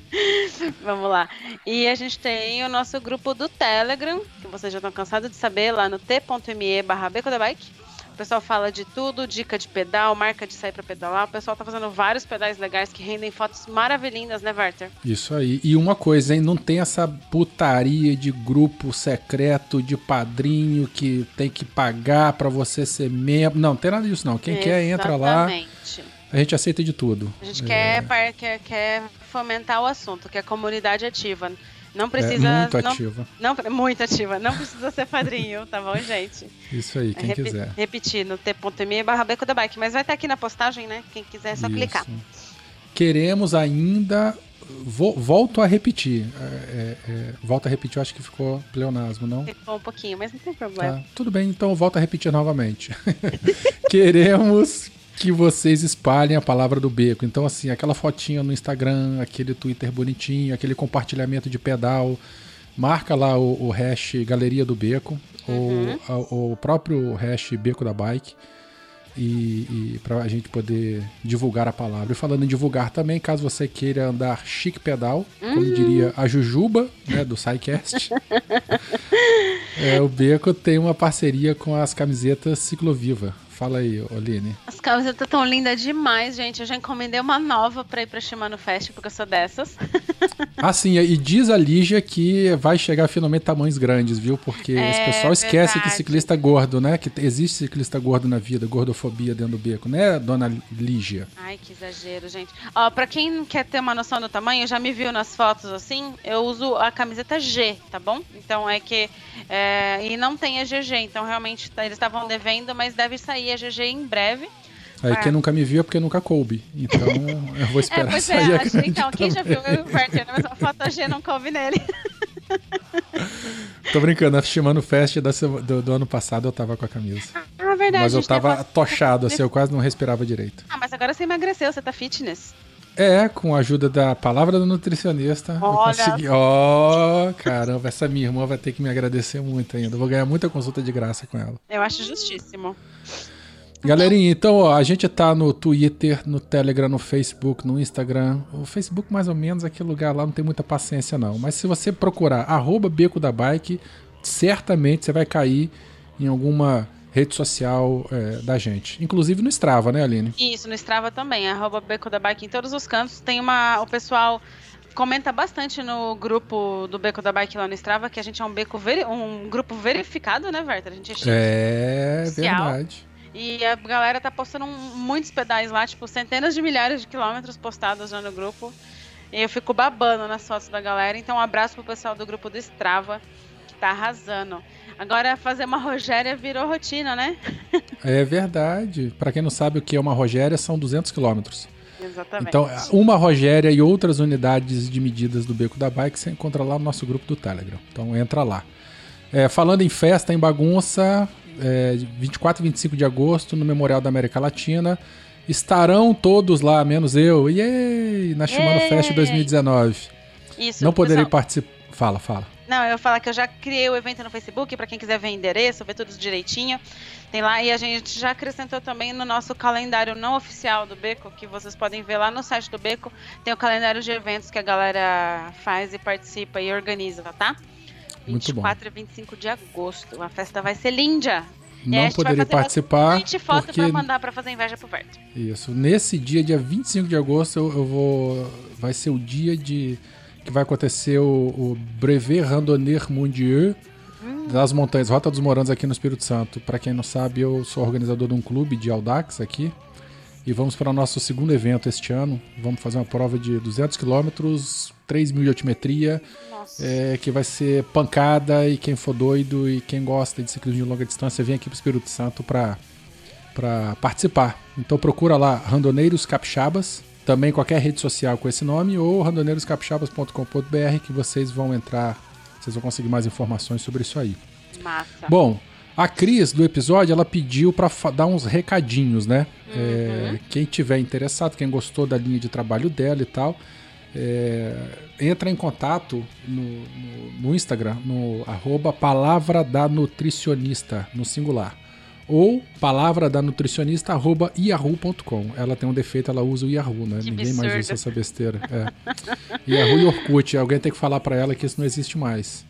Vamos lá. E a gente tem o nosso grupo do Telegram, que vocês já estão cansados de saber, lá no t.me barra beco da bike. O pessoal fala de tudo, dica de pedal, marca de sair para pedalar. O pessoal tá fazendo vários pedais legais que rendem fotos maravilhindas, né, Werther? Isso aí. E uma coisa, hein? Não tem essa putaria de grupo secreto, de padrinho que tem que pagar para você ser membro. Não, não tem nada disso não. Quem Exatamente. quer, entra lá. A gente aceita de tudo. A gente é... quer, quer, quer fomentar o assunto, que é a comunidade ativa. Não precisa... É muito não, ativa. Não, muito ativa. Não precisa ser padrinho, tá bom, gente? Isso aí, quem Repi- quiser. Repetir, no t.me barra beco da bike. Mas vai estar aqui na postagem, né? Quem quiser é só Isso. clicar. Queremos ainda... Vou, volto a repetir. É, é, volto a repetir, eu acho que ficou pleonasmo, não? Ficou um pouquinho, mas não tem problema. Tá, tudo bem, então eu volto a repetir novamente. Queremos... que vocês espalhem a palavra do beco. Então, assim, aquela fotinha no Instagram, aquele Twitter bonitinho, aquele compartilhamento de pedal, marca lá o, o hash Galeria do Beco, uhum. ou a, o próprio hash Beco da Bike, e, e para a gente poder divulgar a palavra. E falando em divulgar também, caso você queira andar chique pedal, uhum. como diria a Jujuba, né, do SciCast, é, o Beco tem uma parceria com as camisetas Cicloviva. Fala aí, Aline. As camisetas estão lindas demais, gente. Eu já encomendei uma nova pra ir pra Shimano Fest, porque eu sou dessas. Ah, sim. E diz a Lígia que vai chegar finalmente tamanhos grandes, viu? Porque é, esse pessoal esquece verdade. Que ciclista é gordo, né? Que existe ciclista gordo na vida, gordofobia dentro do beco, né, dona Lígia? Ai, que exagero, gente. Ó, pra quem quer ter uma noção do tamanho, já me viu nas fotos assim, eu uso a camiseta G, tá bom? Então é que... É, e não tem a G G, então realmente eles estavam devendo, mas deve sair a G G em breve. Aí quem nunca me viu é porque nunca coube. Então eu vou esperar é, pois sair é, a grande Então, quem já viu eu e o Werther, mas a foto G não coube nele. Tô brincando, a Shimano Fest do, do ano passado eu tava com a camisa. Ah, verdade. Mas eu tava foto... tochado, assim, eu quase não respirava direito. Ah, mas agora você emagreceu, você tá fitness. É, com a ajuda da palavra do nutricionista, Olha. eu consegui. Ó, oh, caramba, essa minha irmã vai ter que me agradecer muito ainda. Eu vou ganhar muita consulta de graça com ela. Eu acho justíssimo. Galerinha, então, ó, a gente tá no Twitter, no Telegram, no Facebook, no Instagram. O Facebook, mais ou menos, aquele lugar lá não tem muita paciência, não. Mas se você procurar arroba Beco da Bike, certamente você vai cair em alguma rede social é, da gente. Inclusive no Strava, né, Aline? Isso, no Strava também, arroba Beco da Bike em todos os cantos. Tem uma... O pessoal comenta bastante no grupo do Beco da Bike lá no Strava, que a gente é um, beco veri... um grupo verificado, né, Werther? A gente é chique. É, oficial. Verdade. E a galera tá postando muitos pedais lá, tipo, centenas de milhares de quilômetros postados já no grupo. E eu fico babando nas fotos da galera. Então, um abraço pro pessoal do grupo do Strava, que tá arrasando. Agora, fazer uma Rogéria virou rotina, né? É verdade. Pra quem não sabe o que é uma Rogéria, são duzentos quilômetros. Exatamente. Então, uma Rogéria e outras unidades de medidas do Beco da Bike você encontra lá no nosso grupo do Telegram. Então, entra lá. É, falando em festa, em bagunça... É, vinte e quatro e vinte e cinco de agosto no Memorial da América Latina, estarão todos lá, menos eu. Yay! Na Shimano Yay! Fest dois mil e dezenove. Isso, Não poderei pessoal. participar. Fala, fala. Não, eu ia falar que eu já criei o evento no Facebook, para quem quiser ver endereço, ver tudo direitinho. Tem lá, e a gente já acrescentou também no nosso calendário não oficial do Beco, que vocês podem ver lá no site do Beco. Tem o calendário de eventos que a galera faz e participa e organiza, tá? Muito vinte e quatro bom. e vinte e cinco de agosto. A festa vai ser linda. Não E a gente vai poderei fazer participar bastante foto porque... pra mandar pra fazer inveja pro Verto. Isso. Nesse dia, dia vinte e cinco de agosto, eu, eu vou... Vai ser o dia de... que vai acontecer o, o Brevet Randonneur Mondial hum. das Montanhas, Rota dos Moranos aqui no Espírito Santo. Para quem não sabe, eu sou organizador de um clube de Audax aqui e vamos para o nosso segundo evento este ano. Vamos fazer uma prova de duzentos quilômetros, três mil de altimetria, é, que vai ser pancada, e quem for doido e quem gosta de ciclismo de longa distância vem aqui para o Espírito Santo para para participar. Então procura lá Randoneiros Capixabas, também qualquer rede social com esse nome, ou randoneiros capixabas ponto com ponto b r, que vocês vão entrar, vocês vão conseguir mais informações sobre isso aí. Massa. Bom, a Cris do episódio, ela pediu para dar uns recadinhos, né? Uhum. É, quem tiver interessado, quem gostou da linha de trabalho dela e tal, é, entra em contato no, no, no Instagram, no arroba palavra da nutricionista, no singular. Ou palavra da nutricionista arroba yahoo ponto com. Ela tem um defeito, ela usa o Yahoo, né? Que Ninguém absurdo. mais usa essa besteira. É. Yahoo e Orkut, alguém tem que falar pra ela que isso não existe mais.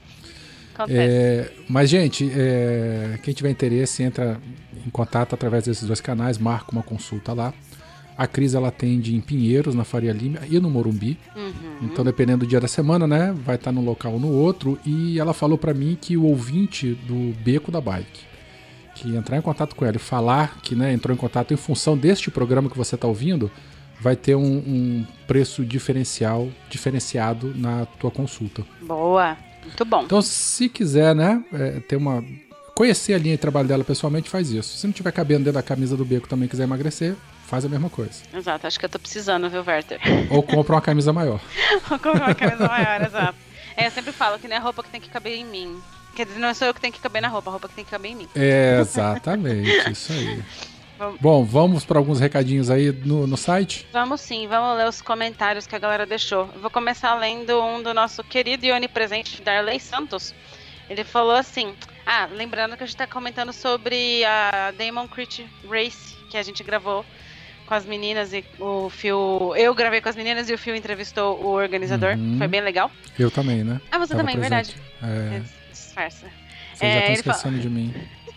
É, mas, gente, é, quem tiver interesse, entra em contato através desses dois canais, marca uma consulta lá. A Cris, ela atende em Pinheiros, na Faria Lima e no Morumbi. Uhum. Então, dependendo do dia da semana, né? Vai estar num local ou no outro. E ela falou pra mim que o ouvinte do Beco da Bike que entrar em contato com ela e falar que, né, entrou em contato em função deste programa que você está ouvindo, vai ter um, um preço diferencial, diferenciado na tua consulta. Boa, muito bom. Então, se quiser, né, é, ter uma... conhecer a linha de trabalho dela pessoalmente, faz isso. Se não tiver cabendo dentro da camisa do Beco também quiser emagrecer, faz a mesma coisa. Exato, acho que eu tô precisando, viu, Werther? Ou compra uma camisa maior. Ou compra uma camisa maior, exato. É, eu sempre falo que não é a roupa que tem que caber em mim. Quer dizer, não sou eu que tenho que caber na roupa, a roupa que tem que caber em mim. É, exatamente, isso aí. Vamos. Bom, vamos para alguns recadinhos aí no, no site? Vamos sim, vamos ler os comentários que a galera deixou. Eu vou começar lendo um do nosso querido e onipresente Darley Santos. Ele falou assim, ah, lembrando que a gente tá comentando sobre a Damon Crit Race, que a gente gravou com as meninas e o Phil... Eu gravei com as meninas e o Phil entrevistou o organizador, uhum. Foi bem legal. Eu também, né? Ah, você Tava também, presente. Verdade. É... Disfarça. Vocês é, já estão esquecendo fala... de mim.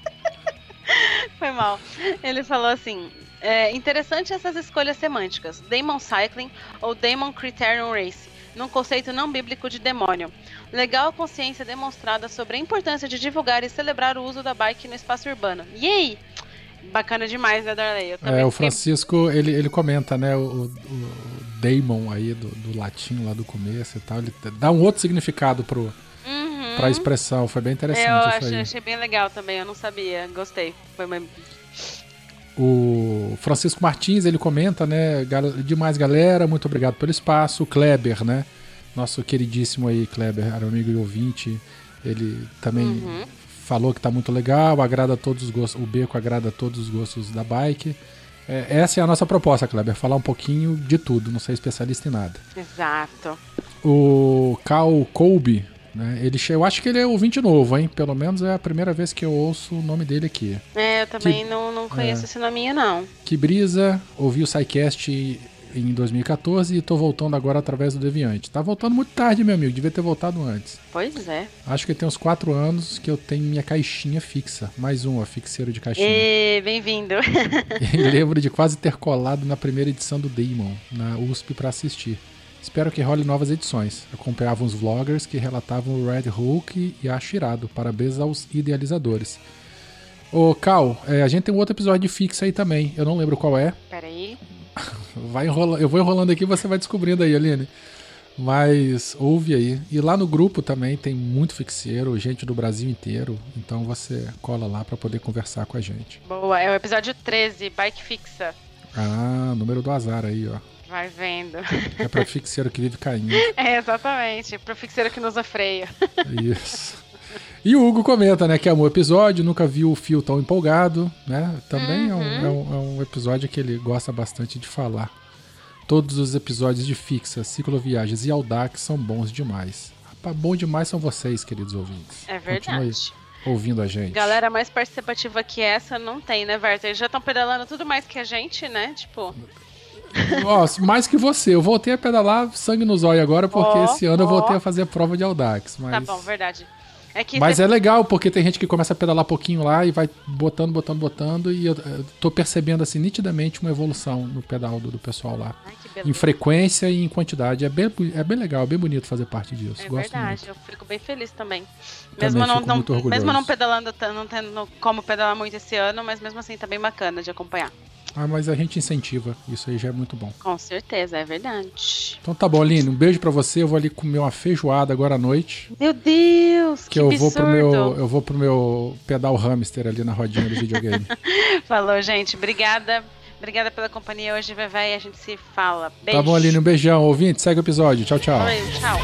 Foi mal. Ele falou assim, é interessante essas escolhas semânticas, Damon Cycling ou Damon Criterion Race, num conceito não bíblico de demônio. Legal a consciência demonstrada sobre a importância de divulgar e celebrar o uso da bike no espaço urbano. Yay! Bacana demais, né, Darley? Eu também é, o Francisco, ele, ele comenta, né, o, o Damon aí, do, do latim lá do começo e tal, ele dá um outro significado pro... Pra expressão, foi bem interessante eu isso achei, aí. achei bem legal também, eu não sabia, gostei. Foi bem... O Francisco Martins, ele comenta, né, demais galera, muito obrigado pelo espaço. O Kleber, né, nosso queridíssimo aí, Kleber, era amigo e ouvinte, ele também uhum. falou que tá muito legal, agrada a todos os gostos, o Beco agrada a todos os gostos da bike. É, essa é a nossa proposta, Kleber, falar um pouquinho de tudo, não ser especialista em nada. Exato. O Cal Colby, né? Ele, eu acho que ele é ouvinte novo, hein? Pelo menos é a primeira vez que eu ouço o nome dele aqui. É, eu também que, não, não conheço é, esse nominho, não. Que brisa, ouvi o SciCast em dois mil e catorze e tô voltando agora através do Deviante. Tá voltando muito tarde, meu amigo, devia ter voltado antes. Pois é. Acho que tem uns quatro anos que eu tenho minha caixinha fixa. Mais um, ó, fixeiro de caixinha. E bem-vindo. E lembro de quase ter colado na primeira edição do Damon, na U S P, pra assistir. Espero que role novas edições. Acompanhava uns vloggers que relatavam o Red Hulk e acho irado. Parabéns aos idealizadores. Ô, Cal, é, a gente tem um outro episódio de fixa aí também. Eu não lembro qual é. Peraí. Vai enrola... Eu vou enrolando aqui e você vai descobrindo aí, Aline. Mas ouve aí. E lá no grupo também tem muito fixeiro, gente do Brasil inteiro. Então você cola lá pra poder conversar com a gente. Boa, é o episódio treze, Bike Fixa. Ah, número do azar aí, ó. Vai vendo. É pra fixeiro que vive caindo. É, exatamente. Pra fixeiro que não usa freio. Isso. E o Hugo comenta, né, que amou o episódio, nunca viu o Fio tão empolgado, né? Também uhum. é, um, é, um, é um episódio que ele gosta bastante de falar. Todos os episódios de Fixa, Cicloviagens e Audax são bons demais. Rapaz, bom demais são vocês, queridos ouvintes. É verdade. Continue ouvindo a gente. Galera mais participativa que essa não tem, né, Werther? Eles já estão pedalando tudo mais que a gente, né? Tipo... Nossa, mais que você. Eu voltei a pedalar sangue nos olhos agora, porque oh, esse ano oh. eu voltei a fazer a prova de Audax. Mas... Tá bom, verdade. É que mas você... é legal, porque tem gente que começa a pedalar pouquinho lá e vai botando, botando, botando, e eu, eu tô percebendo, assim, nitidamente uma evolução no pedal do, do pessoal lá. Ai, em frequência e em quantidade. É bem, é bem legal, é bem bonito fazer parte disso. É Gosto verdade, muito. eu fico bem feliz também. Também Mesmo, não, fico muito não, orgulhoso. mesmo não pedalando, não tendo como pedalar muito esse ano, mas mesmo assim tá bem bacana de acompanhar. Ah, mas a gente incentiva, isso aí já é muito bom. Com certeza, é verdade. Então tá bom, Aline, um beijo pra você. Eu vou ali comer uma feijoada agora à noite. Meu Deus, que, que eu absurdo. vou pro meu Eu vou pro meu pedal hamster ali na rodinha do videogame. Falou, gente. Obrigada. Obrigada pela companhia hoje, Vevé, e a gente se fala. Beijo. Tá bom, Aline, um beijão. Ouvinte, segue o episódio. Tchau, tchau. Oi, tchau.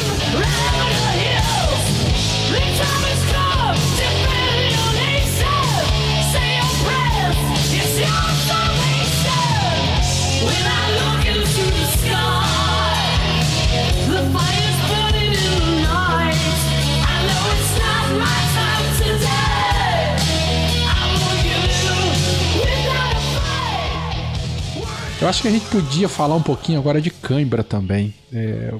Eu acho que a gente podia falar um pouquinho agora de cãibra também. É,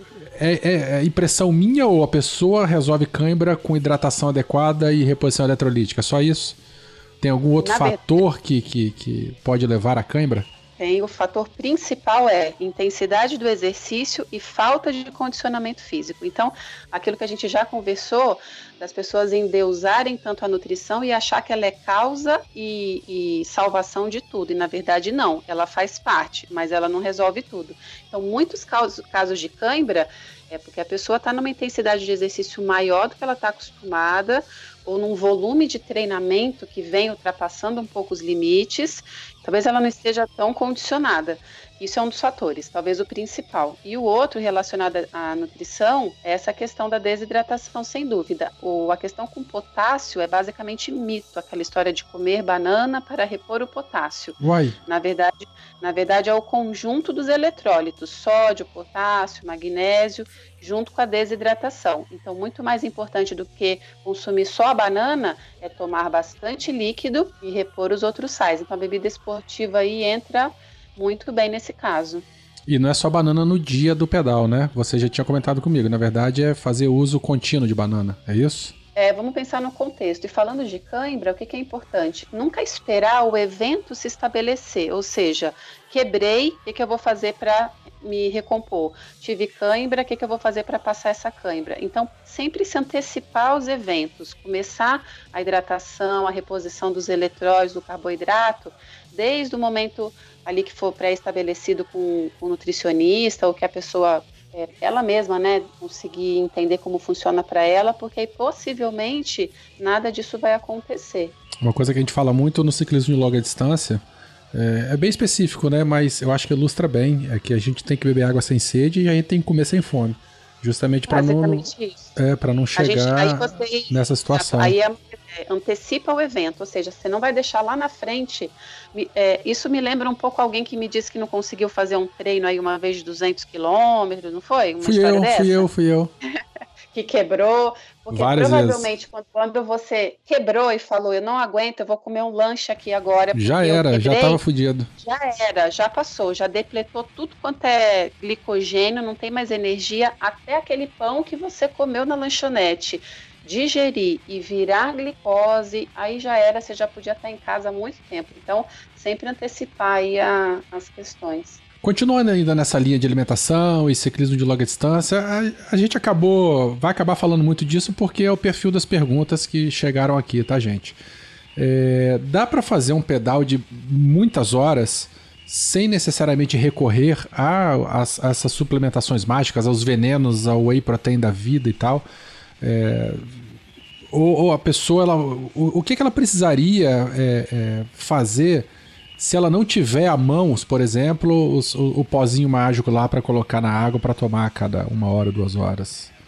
é, é impressão minha ou a pessoa resolve cãibra com hidratação adequada e reposição eletrolítica? Só isso? Tem algum outro Na fator que, que, que pode levar à cãibra? Tem, o fator principal é intensidade do exercício e falta de condicionamento físico. Então, aquilo que a gente já conversou, das pessoas endeusarem tanto a nutrição e achar que ela é causa e, e salvação de tudo. E, na verdade, não. Ela faz parte, mas ela não resolve tudo. Então, muitos casos, casos de cãibra é porque a pessoa está numa intensidade de exercício maior do que ela está acostumada, ou num volume de treinamento que vem ultrapassando um pouco os limites, talvez ela não esteja tão condicionada. Isso é um dos fatores, talvez o principal. E o outro relacionado à nutrição é essa questão da desidratação, sem dúvida. O, a questão com potássio é basicamente mito, aquela história de comer banana para repor o potássio. Uai. Na verdade, na verdade é o conjunto dos eletrólitos, sódio, potássio, magnésio, junto com a desidratação. Então, muito mais importante do que consumir só a banana é tomar bastante líquido e repor os outros sais. Então, a bebida esportiva aí entra muito bem nesse caso. E não é só banana no dia do pedal, né? Você já tinha comentado comigo. Na verdade, é fazer uso contínuo de banana, é isso? É, vamos pensar no contexto. E falando de cãibra, o que, que é importante? Nunca esperar o evento se estabelecer. Ou seja, quebrei, o que, que eu vou fazer para me recompor? Tive cãibra, o que, que eu vou fazer para passar essa cãibra? Então, sempre se antecipar aos eventos. Começar a hidratação, a reposição dos eletrólitos, do carboidrato, desde o momento ali que for pré-estabelecido com, com o nutricionista, ou que a pessoa, é, ela mesma, né, conseguir entender como funciona para ela, porque aí possivelmente nada disso vai acontecer. Uma coisa que a gente fala muito no ciclismo de longa distância, é, é bem específico, né, mas eu acho que ilustra bem, é que a gente tem que beber água sem sede e a gente tem que comer sem fome, justamente para não, é, para não chegar a gente, você, nessa situação. Aí é, é, antecipa o evento, ou seja, você não vai deixar lá na frente. É, isso me lembra um pouco alguém que me disse que não conseguiu fazer um treino aí uma vez de duzentos quilômetros, não foi? Uma fui eu, dessa? fui eu, fui eu. Que quebrou, porque várias provavelmente vezes. Quando, quando você quebrou e falou, eu não aguento, eu vou comer um lanche aqui agora. Já era, já tava fudido. Já era, já passou, já depletou tudo quanto é glicogênio, não tem mais energia, até aquele pão que você comeu na lanchonete. Digerir e virar glicose, aí já era, você já podia estar em casa há muito tempo. Então, sempre antecipar aí a, as questões. Continuando ainda nessa linha de alimentação e ciclismo de longa distância, a, a gente acabou, vai acabar falando muito disso porque é o perfil das perguntas que chegaram aqui, tá, gente? É, dá para fazer um pedal de muitas horas sem necessariamente recorrer a, a, a essas suplementações mágicas, aos venenos, ao whey protein da vida e tal? É, ou, ou a pessoa, ela, o, o que, que ela precisaria é, é, fazer se ela não tiver à mão, por exemplo, os, o, o pozinho mágico lá para colocar na água para tomar a cada uma hora, duas horas?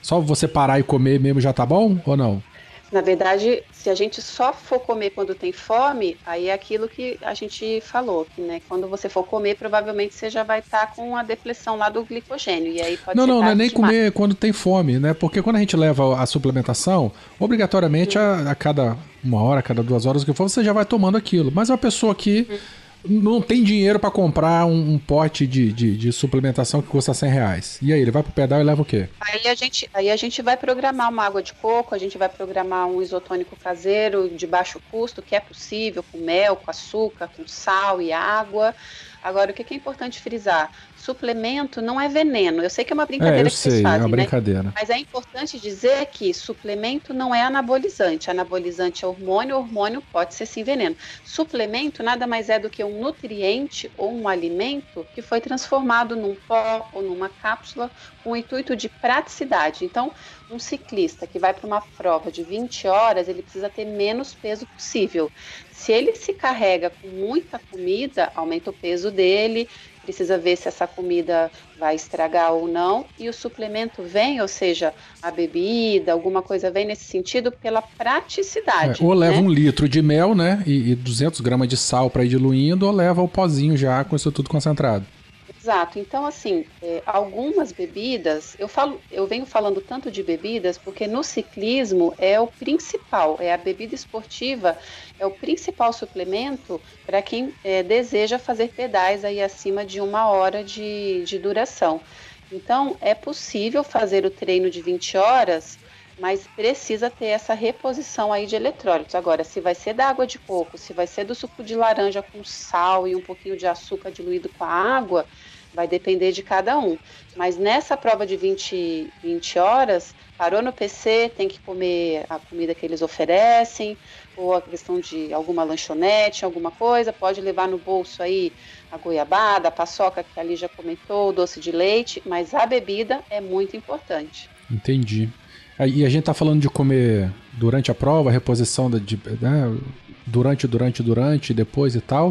Só você parar e comer mesmo já tá bom ou não? Na verdade, se a gente só for comer quando tem fome, aí é aquilo que a gente falou, que né, quando você for comer, provavelmente você já vai estar tá com a deflexão lá do glicogênio, e aí pode não, ser Não, não é nem demais. comer quando tem fome, né? Porque quando a gente leva a suplementação, obrigatoriamente hum. a, a cada uma hora, a cada duas horas, o que for, você já vai tomando aquilo. Mas uma pessoa que hum. não tem dinheiro para comprar um, um pote de, de, de suplementação que custa cem reais. E aí, ele vai pro pedal e leva o quê? Aí a, gente, aí a gente vai programar uma água de coco, a gente vai programar um isotônico caseiro de baixo custo, que é possível, com mel, com açúcar, com sal e água. Agora, o que é importante frisar? Suplemento não é veneno. Eu sei que é uma brincadeira é, eu que sei, vocês fazem, é uma né? brincadeira. Mas é importante dizer que suplemento não é anabolizante. Anabolizante é hormônio, hormônio pode ser sim veneno. Suplemento nada mais é do que um nutriente ou um alimento que foi transformado num pó ou numa cápsula com o intuito de praticidade. Então, um ciclista que vai para uma prova de vinte horas, ele precisa ter menos peso possível. Se ele se carrega com muita comida, aumenta o peso dele, precisa ver se essa comida vai estragar ou não, e o suplemento vem, ou seja, a bebida, alguma coisa vem nesse sentido pela praticidade. É, ou leva né? um litro de mel, né, e, e duzentos gramas de sal para ir diluindo, ou leva o pozinho já com isso tudo concentrado. Exato, então assim, é, algumas bebidas, eu, falo, eu venho falando tanto de bebidas porque no ciclismo é o principal, é a bebida esportiva, é o principal suplemento para quem é, deseja fazer pedais aí acima de uma hora de, de duração. Então é possível fazer o treino de vinte horas, mas precisa ter essa reposição aí de eletrólitos. Agora, se vai ser da água de coco, se vai ser do suco de laranja com sal e um pouquinho de açúcar diluído com a água, vai depender de cada um. Mas nessa prova de vinte, vinte horas, parou no P C, tem que comer a comida que eles oferecem, ou a questão de alguma lanchonete, alguma coisa, pode levar no bolso aí a goiabada, a paçoca que ali já comentou, o doce de leite, mas a bebida é muito importante. Entendi. E a gente tá falando de comer durante a prova, a reposição de, de, né, durante, durante, durante, depois e tal.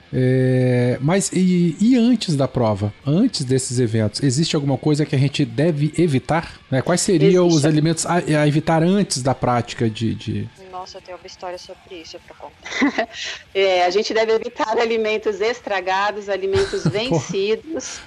É, mas e, e antes da prova, antes desses eventos, existe alguma coisa que a gente deve evitar? Né? Quais seriam existe. Os alimentos a, a evitar antes da prática de... de... Nossa, eu tenho uma história sobre isso pra contar. é, a gente deve evitar alimentos estragados, alimentos vencidos.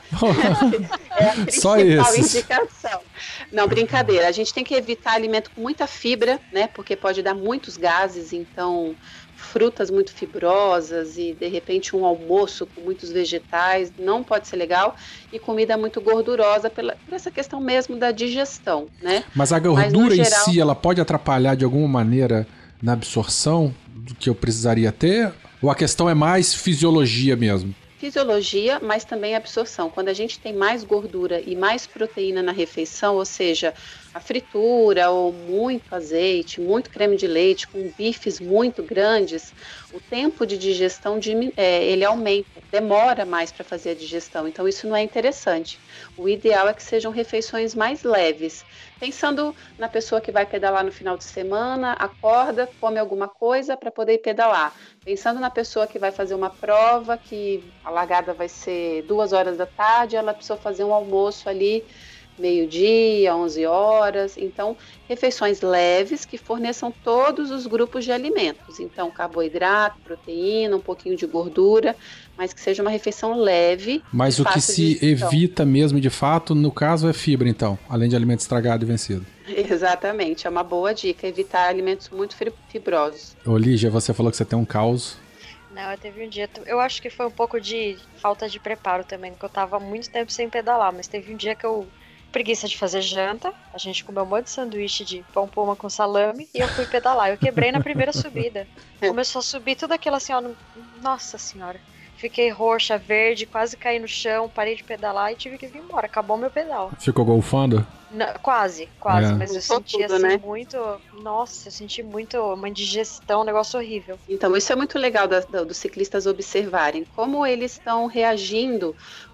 é a principal indicação. Não, brincadeira. A gente tem que evitar alimento com muita fibra, né? Porque pode dar muitos gases, então... frutas muito fibrosas e de repente um almoço com muitos vegetais não pode ser legal, e comida muito gordurosa pela, por essa questão mesmo da digestão, né? Mas a gordura Mas, geral... em si, ela pode atrapalhar de alguma maneira na absorção do que eu precisaria ter? Ou a questão é mais fisiologia mesmo? Fisiologia, mas também absorção. Quando a gente tem mais gordura e mais proteína na refeição, ou seja, a fritura ou muito azeite, muito creme de leite, com bifes muito grandes, o tempo de digestão é, ele aumenta, demora mais para fazer a digestão, então isso não é interessante. O ideal é que sejam refeições mais leves. Pensando na pessoa que vai pedalar no final de semana, acorda, come alguma coisa para poder ir pedalar. Pensando na pessoa que vai fazer uma prova, que a largada vai ser duas horas da tarde, ela precisa fazer um almoço ali meio-dia, onze horas. Então, refeições leves que forneçam todos os grupos de alimentos. Então, carboidrato, proteína, um pouquinho de gordura, mas que seja uma refeição leve. Mas o que se evita mesmo, de fato, no caso, é fibra, então, além de alimento estragado e vencido. Exatamente, é uma boa dica, evitar alimentos muito fibrosos. Ô, Lígia, você falou que você tem um caos. Não, eu teve um dia, eu acho que foi um pouco de falta de preparo também, porque eu tava muito tempo sem pedalar, mas teve um dia que eu preguiça de fazer janta, a gente comeu um monte de sanduíche de pão puma com salame e eu fui pedalar. Eu quebrei na primeira subida. Começou a subir tudo aquilo assim, ó, no... nossa senhora. Fiquei roxa, verde, quase caí no chão, parei de pedalar e tive que vir embora. Acabou meu pedal. Ficou golfando? Não, quase, quase, é. Mas eu senti tudo, assim né? muito, nossa, eu senti muito uma indigestão, um negócio horrível. Então isso é muito legal da, da, dos ciclistas observarem como eles estão reagindo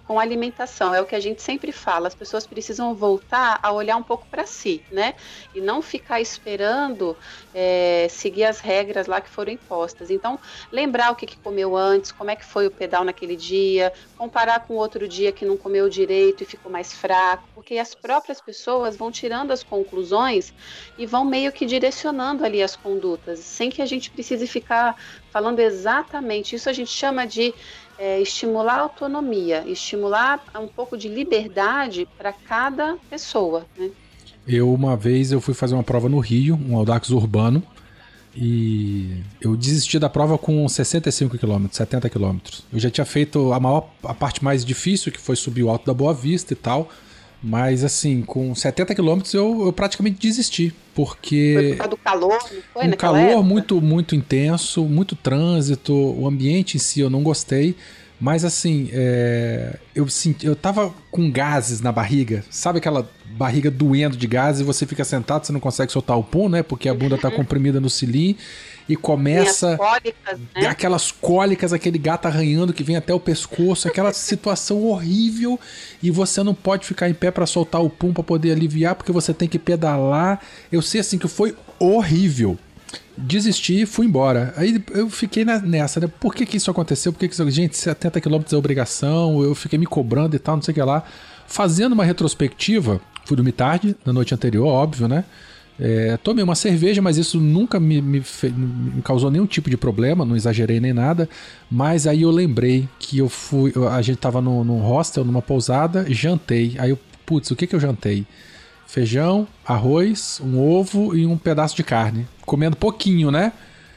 com a alimentação. É o que a gente sempre fala, as pessoas precisam voltar a olhar um pouco para si, né? E não ficar esperando é, seguir as regras lá que foram impostas. Então, lembrar o que, que comeu antes, como é que foi o pedal naquele dia, comparar com outro dia que não comeu direito e ficou mais fraco, porque as próprias pessoas vão tirando as conclusões e vão meio que direcionando ali as condutas, sem que a gente precise ficar falando exatamente. Isso a gente chama de é, estimular a autonomia, estimular um pouco de liberdade para cada pessoa, né? Eu, uma vez, eu fui fazer uma prova no Rio, um Audax urbano, e eu desisti da prova com sessenta e cinco quilômetros, setenta quilômetros. Eu já tinha feito a maior, a parte mais difícil, que foi subir o Alto da Boa Vista e tal, mas assim, com setenta quilômetros eu, eu praticamente desisti, porque... Foi por causa do calor, não foi? Um naquela calor época? muito, muito intenso, muito trânsito, o ambiente em si eu não gostei, mas assim, é, eu, senti, eu tava com gases na barriga, sabe aquela barriga doendo de gases e você fica sentado, você não consegue soltar o pum, né, porque a bunda tá comprimida no cilim e começa cólicas, né? aquelas cólicas, aquele gato arranhando que vem até o pescoço, aquela situação horrível e você não pode ficar em pé para soltar o pum para poder aliviar porque você tem que pedalar. Eu sei assim que foi horrível. Desisti e fui embora. Aí eu fiquei nessa, né? Por que que isso aconteceu? Por que que isso... Gente, setenta quilômetros é obrigação, eu fiquei me cobrando e tal, não sei o que lá. Fazendo uma retrospectiva, fui dormir tarde, na noite anterior, óbvio, né? É, tomei uma cerveja, mas isso nunca me, me, fe... me causou nenhum tipo de problema, não exagerei nem nada. Mas aí eu lembrei que eu fui... A gente tava num, num hostel, numa pousada, jantei. Aí eu, putz, o que que eu jantei? Feijão, arroz, um ovo e um pedaço de carne. Comendo pouquinho, né?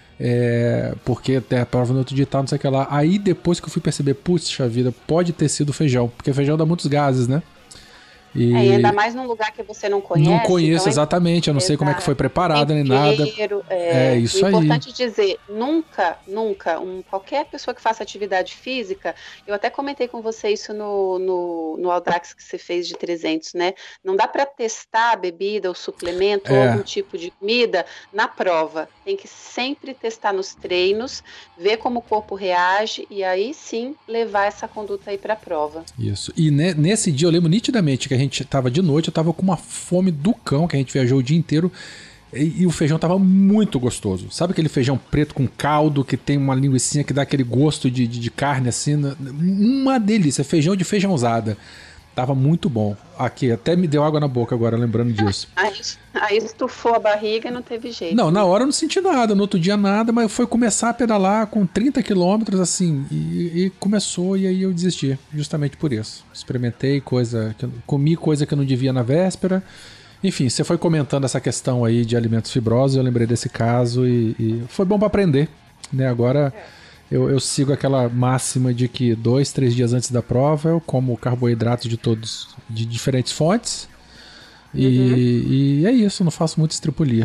É, porque até a prova no outro dia e tal, não sei o que lá. Aí depois que eu fui perceber, putz, vida, pode ter sido feijão. Porque feijão dá muitos gases, né? E... É, e ainda mais num lugar que você não conhece. Não conheço, então exatamente. Eu não sei como é que foi preparado nem nada. É, é isso aí. É importante dizer, nunca, nunca, um, qualquer pessoa que faça atividade física, eu até comentei com você isso no, no, no Audax que você fez de trezentos, né? Não dá para testar a bebida, o suplemento, é. ou algum tipo de comida na prova. Tem que sempre testar nos treinos, ver como o corpo reage e aí sim levar essa conduta aí para a prova. Isso. E ne, nesse dia eu lembro nitidamente que a gente tava de noite, eu tava com uma fome do cão, que a gente viajou o dia inteiro, e, e o feijão tava muito gostoso. Sabe aquele feijão preto com caldo, que tem uma linguicinha que dá aquele gosto de, de, de carne assim? Uma delícia, feijão de feijãozada. Tava muito bom. Aqui, até me deu água na boca agora, lembrando disso. Aí, aí estufou a barriga e não teve jeito. Não, na hora eu não senti nada, no outro dia nada, mas foi começar a pedalar com trinta quilômetros, assim, e, e começou, e aí eu desisti, justamente por isso. Experimentei coisa, que eu, comi coisa que eu não devia na véspera. Enfim, você foi comentando essa questão aí de alimentos fibrosos, eu lembrei desse caso e, e foi bom para aprender, né? Agora... É. Eu, eu sigo aquela máxima de que dois, três dias antes da prova eu como carboidratos de todos, de diferentes fontes. E, uhum. e é isso, não faço muita estripulia.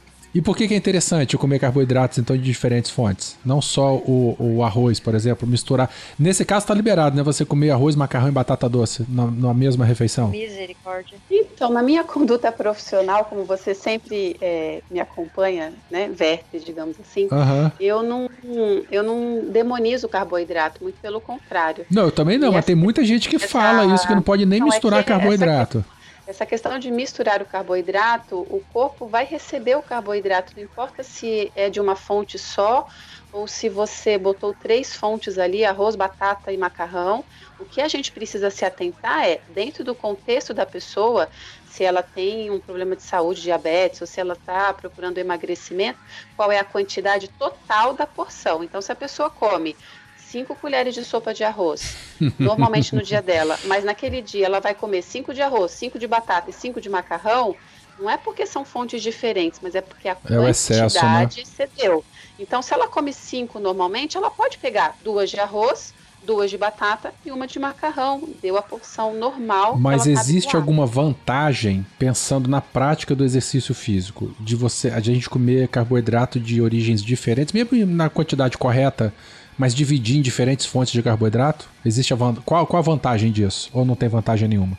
E por que que é interessante eu comer carboidratos então de diferentes fontes? Não só o, o arroz, por exemplo, misturar. Nesse caso tá liberado, né? Você comer arroz, macarrão e batata doce na, na mesma refeição. Misericórdia. Então, na minha conduta profissional, como você sempre é, me acompanha, né, verte, digamos assim, uhum. eu, não, eu não demonizo o carboidrato, muito pelo contrário. Não, eu também não, e mas essa, tem muita gente que essa, fala isso, que não pode nem não, misturar é que carboidrato. Essa, Essa questão de misturar o carboidrato, o corpo vai receber o carboidrato, não importa se é de uma fonte só ou se você botou três fontes ali, arroz, batata e macarrão. O que a gente precisa se atentar é, dentro do contexto da pessoa, se ela tem um problema de saúde, diabetes, ou se ela está procurando emagrecimento, qual é a quantidade total da porção. Então, se a pessoa come cinco colheres de sopa de arroz, normalmente no dia dela, mas naquele dia ela vai comer cinco de arroz, cinco de batata e cinco de macarrão, não é porque são fontes diferentes, mas é porque a é o excesso, né? Excedeu. Então, se ela come cinco normalmente, ela pode pegar duas de arroz, duas de batata e uma de macarrão. Deu a porção normal. Mas existe alguma vantagem, pensando na prática do exercício físico, de você, a gente comer carboidrato de origens diferentes, mesmo na quantidade correta, mas dividir em diferentes fontes de carboidrato? Existe a van... qual, qual a vantagem disso? Ou não tem vantagem nenhuma?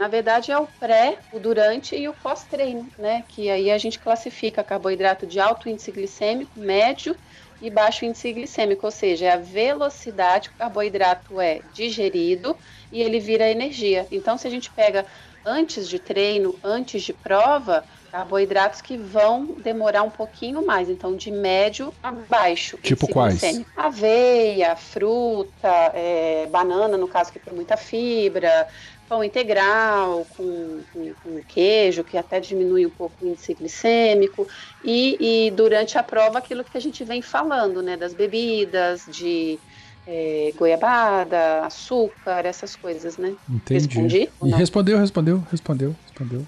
Na verdade é o pré, o durante e o pós-treino, né? Que aí a gente classifica carboidrato de alto índice glicêmico, médio e baixo índice glicêmico, ou seja, é a velocidade que o carboidrato é digerido e ele vira energia. Então, se a gente pega antes de treino, antes de prova, carboidratos que vão demorar um pouquinho mais, então de médio a baixo. Tipo quais? Glicêmico. Aveia, fruta, é, banana, no caso que tem muita fibra, pão integral, com, com, com queijo, que até diminui um pouco o índice glicêmico, e, e durante a prova aquilo que a gente vem falando, né, das bebidas, de é, goiabada, açúcar, essas coisas, né? Entendi. Respondi? E respondeu, respondeu, respondeu, respondeu.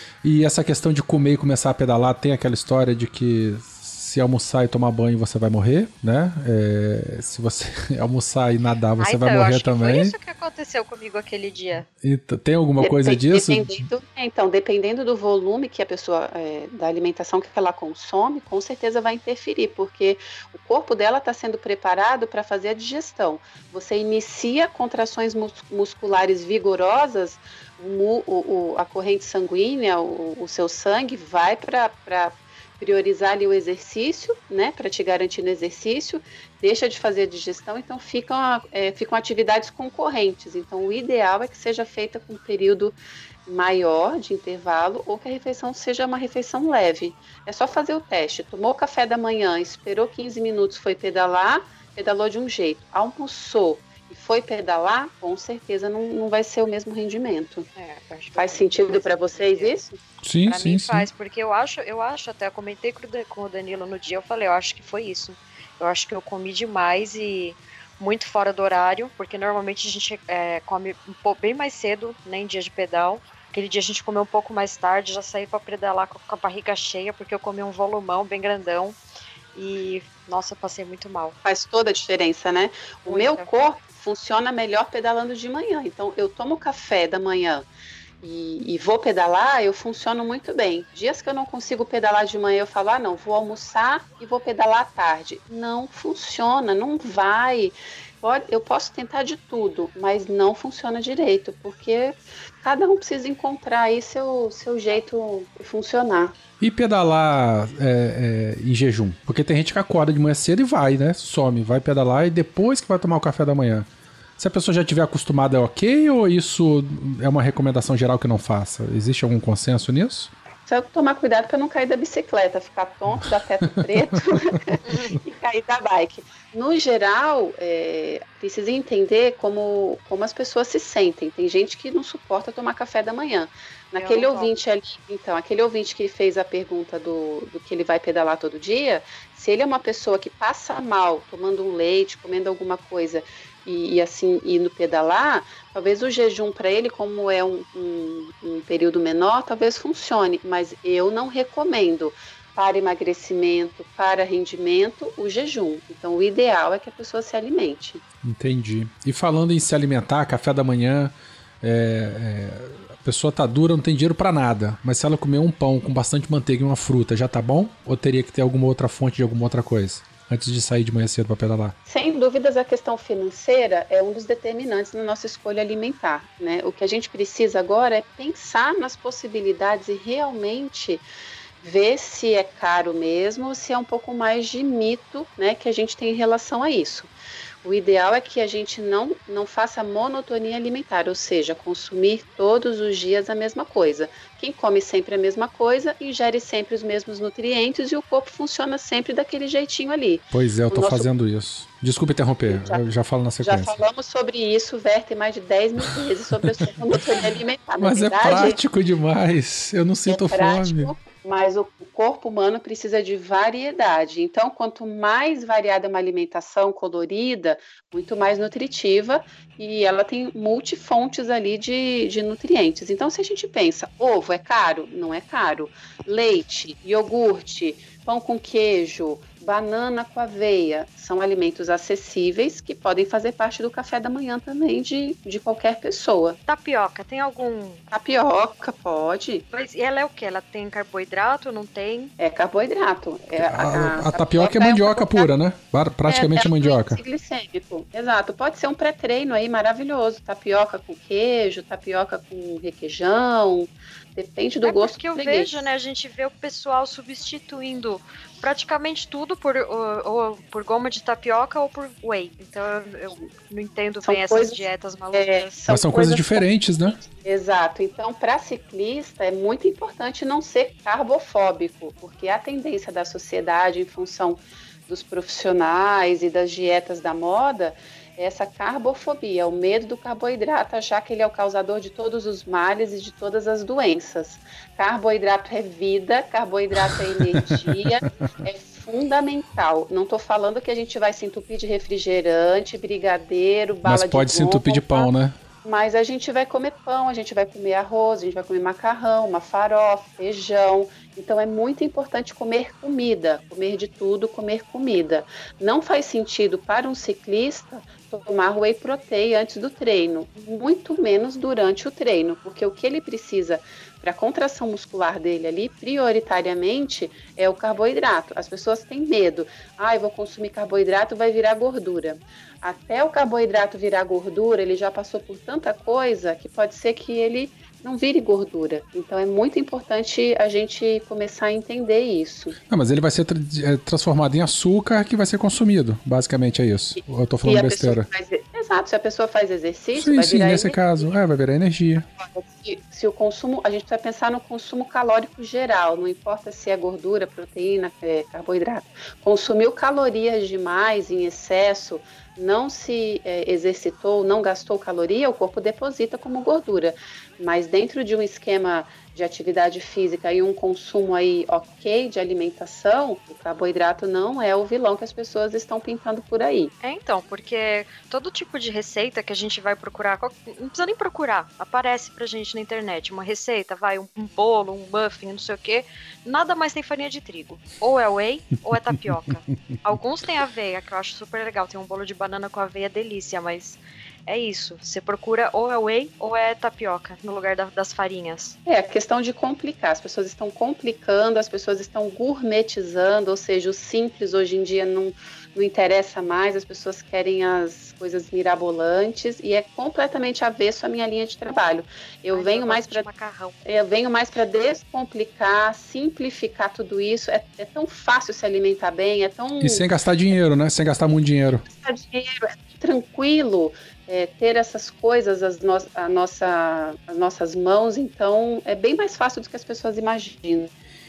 E essa questão de comer e começar a pedalar, tem aquela história de que se almoçar e tomar banho você vai morrer, né? É, se você almoçar e nadar você ah, então, vai morrer eu acho também. Que foi isso que aconteceu comigo aquele dia. E tem alguma Dep- coisa disso? Dependendo, então, dependendo do volume que a pessoa, é, da alimentação que ela consome, com certeza vai interferir, porque o corpo dela está sendo preparado para fazer a digestão. Você inicia contrações mus- musculares vigorosas, o, o, a corrente sanguínea, o, o seu sangue vai para priorizar ali o exercício, né, para te garantir no exercício, deixa de fazer a digestão, então ficam, é, ficam atividades concorrentes. Então, o ideal é que seja feita com um período maior de intervalo ou que a refeição seja uma refeição leve. É só fazer o teste. Tomou café da manhã, esperou quinze minutos, foi pedalar, pedalou de um jeito. Almoçou e foi pedalar, com certeza não, não vai ser o mesmo rendimento. É, faz sentido para vocês isso? Sim, pra sim, mim sim. faz, porque eu acho, eu acho, até comentei com o Danilo no dia, eu falei, eu acho que foi isso. Eu acho que eu comi demais e muito fora do horário, porque normalmente a gente é, come um pouco, bem mais cedo, né, em dia de pedal. Aquele dia a gente comeu um pouco mais tarde, já saí para pedalar com a barriga cheia, porque eu comi um volumão bem grandão e, nossa, eu passei muito mal. Faz toda a diferença, né? O Muita. meu corpo funciona melhor pedalando de manhã. Então, eu tomo café da manhã e, e vou pedalar, eu funciono muito bem. Dias que eu não consigo pedalar de manhã, eu falo, ah, não, vou almoçar e vou pedalar à tarde. Não funciona, não vai. Eu posso tentar de tudo, mas não funciona direito, porque cada um precisa encontrar aí seu, seu jeito de funcionar. E pedalar é, é, em jejum? Porque tem gente que acorda de manhã cedo e vai, né? Some, vai pedalar e depois que vai tomar o café da manhã. Se a pessoa já estiver acostumada, é ok? Ou isso é uma recomendação geral que não faça? Existe algum consenso nisso? Só tomar cuidado para não cair da bicicleta, ficar tonto, dar teto preto e cair da bike. No geral, é, precisa entender como, como as pessoas se sentem. Tem gente que não suporta tomar café da manhã. Naquele ouvinte ali, então, aquele ouvinte que fez a pergunta do, do que ele vai pedalar todo dia, se ele é uma pessoa que passa mal tomando um leite, comendo alguma coisa e, e assim indo pedalar, talvez o jejum para ele, como é um, um, um período menor, talvez funcione, mas eu não recomendo para emagrecimento, para rendimento, o jejum. Então, o ideal é que a pessoa se alimente. Entendi. E falando em se alimentar, café da manhã, é, é, a pessoa tá dura, não tem dinheiro para nada, mas se ela comer um pão com bastante manteiga e uma fruta, já tá bom? Ou teria que ter alguma outra fonte de alguma outra coisa antes de sair de manhã cedo para pedalar? Sem dúvidas, a questão financeira é um dos determinantes na nossa escolha alimentar, né? O que a gente precisa agora é pensar nas possibilidades e realmente ver se é caro mesmo ou se é um pouco mais de mito, né, que a gente tem em relação a isso. O ideal é que a gente não, não faça monotonia alimentar, ou seja, consumir todos os dias a mesma coisa. Quem come sempre a mesma coisa, ingere sempre os mesmos nutrientes e o corpo funciona sempre daquele jeitinho ali. Pois é, eu o tô nosso... fazendo isso. Desculpa interromper, já, eu já falo na sequência. Já falamos sobre isso, Werther, mais de dez mil vezes sobre a sua monotonia alimentar. Mas na verdade, é prático demais, eu não sinto é prático, fome. Mas o corpo humano precisa de variedade. Então, quanto mais variada é uma alimentação colorida, muito mais nutritiva, e ela tem multifontes ali de, de nutrientes. Então, se a gente pensa, ovo é caro? Não é caro. Leite, iogurte, pão com queijo, banana com aveia, são alimentos acessíveis que podem fazer parte do café da manhã também de, de qualquer pessoa. Tapioca, tem algum... Tapioca, pode. Mas ela é o quê? Ela tem carboidrato, não tem? É carboidrato. É, a, a, a tapioca é mandioca é um pura, né? Praticamente é, é mandioca. Glicêmico. Exato. Pode ser um pré-treino aí maravilhoso. Tapioca com queijo, tapioca com requeijão. Depende do é gosto. Porque eu freguês. vejo, né? A gente vê o pessoal substituindo praticamente tudo por, ou, ou por goma de tapioca ou por whey. Então eu, eu não entendo são bem coisas, essas dietas malucas. É, são Mas são coisas, coisas diferentes, né? Exato. Então, para ciclista, é muito importante não ser carbofóbico, porque a tendência da sociedade, em função dos profissionais e das dietas da moda, é essa carbofobia, o medo do carboidrato, achar que ele é o causador de todos os males e de todas as doenças. Carboidrato é vida, carboidrato é energia, é fundamental. Não estou falando que a gente vai se entupir de refrigerante, brigadeiro, bala de Mas pode se entupir de pão, né? Mas a gente vai comer pão, a gente vai comer arroz, a gente vai comer macarrão, uma farofa, feijão. Então é muito importante comer comida, comer de tudo, comer comida. Não faz sentido para um ciclista tomar whey protein antes do treino, muito menos durante o treino, porque o que ele precisa para a contração muscular dele ali, prioritariamente, é o carboidrato. As pessoas têm medo. Ah, eu vou consumir carboidrato, vai virar gordura. Até o carboidrato virar gordura, ele já passou por tanta coisa que pode ser que ele não vire gordura. Então é muito importante a gente começar a entender isso. Ah, mas ele vai ser tra- transformado em açúcar que vai ser consumido, basicamente é isso. Eu tô falando besteira. Faz... Exato, se a pessoa faz exercício, sim, vai sim, virar nesse energia. caso, é, vai virar energia. Se, se o consumo, a gente precisa pensar no consumo calórico geral, não importa se é gordura, proteína, é, carboidrato. Consumiu calorias demais, em excesso, não se é, exercitou, não gastou caloria, o corpo deposita como gordura. Mas dentro de um esquema de atividade física e um consumo aí ok de alimentação, o carboidrato não é o vilão que as pessoas estão pintando por aí. É então, porque todo tipo de receita que a gente vai procurar, não precisa nem procurar, aparece pra gente na internet, uma receita, vai, um, um bolo, um muffin, não sei o que, nada mais tem farinha de trigo. Ou é whey, ou é tapioca. Alguns tem aveia, que eu acho super legal, tem um bolo de banana com aveia, delícia, mas... É isso, você procura ou é whey ou é tapioca no lugar da, das farinhas. É, a questão de complicar, as pessoas estão complicando, as pessoas estão gourmetizando, ou seja, o simples hoje em dia não, não interessa mais, as pessoas querem as coisas mirabolantes e é completamente avesso à minha linha de trabalho. Eu Ai, venho eu mais para eu venho mais para descomplicar, simplificar tudo isso. É, é tão fácil se alimentar bem, é tão e sem gastar dinheiro, né? Sem gastar muito dinheiro. Sem gastar dinheiro, é tranquilo. É, ter essas coisas às, no, a nossa, às nossas mãos, então é bem mais fácil do que as pessoas imaginam.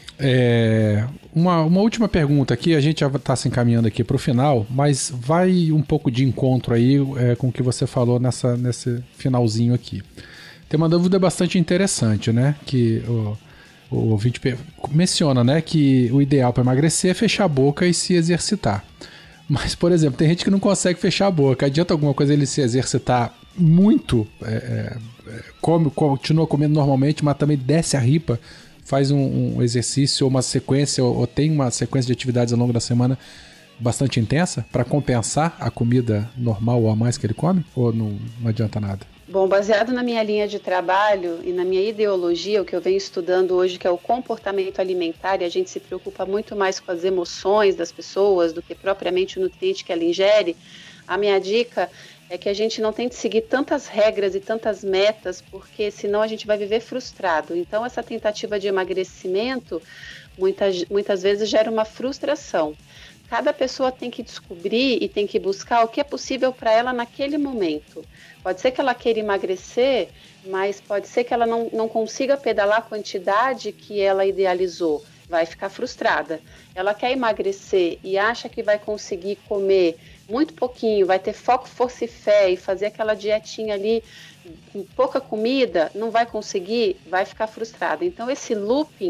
É, uma, uma última pergunta aqui, a gente já está se encaminhando aqui para o final, mas vai um pouco de encontro aí é, com o que você falou nessa, nesse finalzinho aqui. Tem uma dúvida bastante interessante, né? Que o, o ouvinte menciona, né, que o ideal para emagrecer é fechar a boca e se exercitar. Mas, por exemplo, tem gente que não consegue fechar a boca. Adianta alguma coisa ele se exercitar muito, é, é, come, continua comendo normalmente, mas também desce a ripa, faz um, um exercício ou uma sequência, ou, ou tem uma sequência de atividades ao longo da semana bastante intensa para compensar a comida normal ou a mais que ele come? Ou não, não adianta nada? Bom, baseado na minha linha de trabalho e na minha ideologia, o que eu venho estudando hoje, que é o comportamento alimentar, e a gente se preocupa muito mais com as emoções das pessoas do que propriamente o nutriente que ela ingere, a minha dica é que a gente não tente seguir tantas regras e tantas metas, porque senão a gente vai viver frustrado. Então, essa tentativa de emagrecimento, muitas, muitas vezes gera uma frustração. Cada pessoa tem que descobrir e tem que buscar o que é possível para ela naquele momento. Pode ser que ela queira emagrecer, mas pode ser que ela não, não consiga pedalar a quantidade que ela idealizou. Vai ficar frustrada. Ela quer emagrecer e acha que vai conseguir comer muito pouquinho, vai ter foco, força e fé e fazer aquela dietinha ali com pouca comida, não vai conseguir, vai ficar frustrada. Então esse looping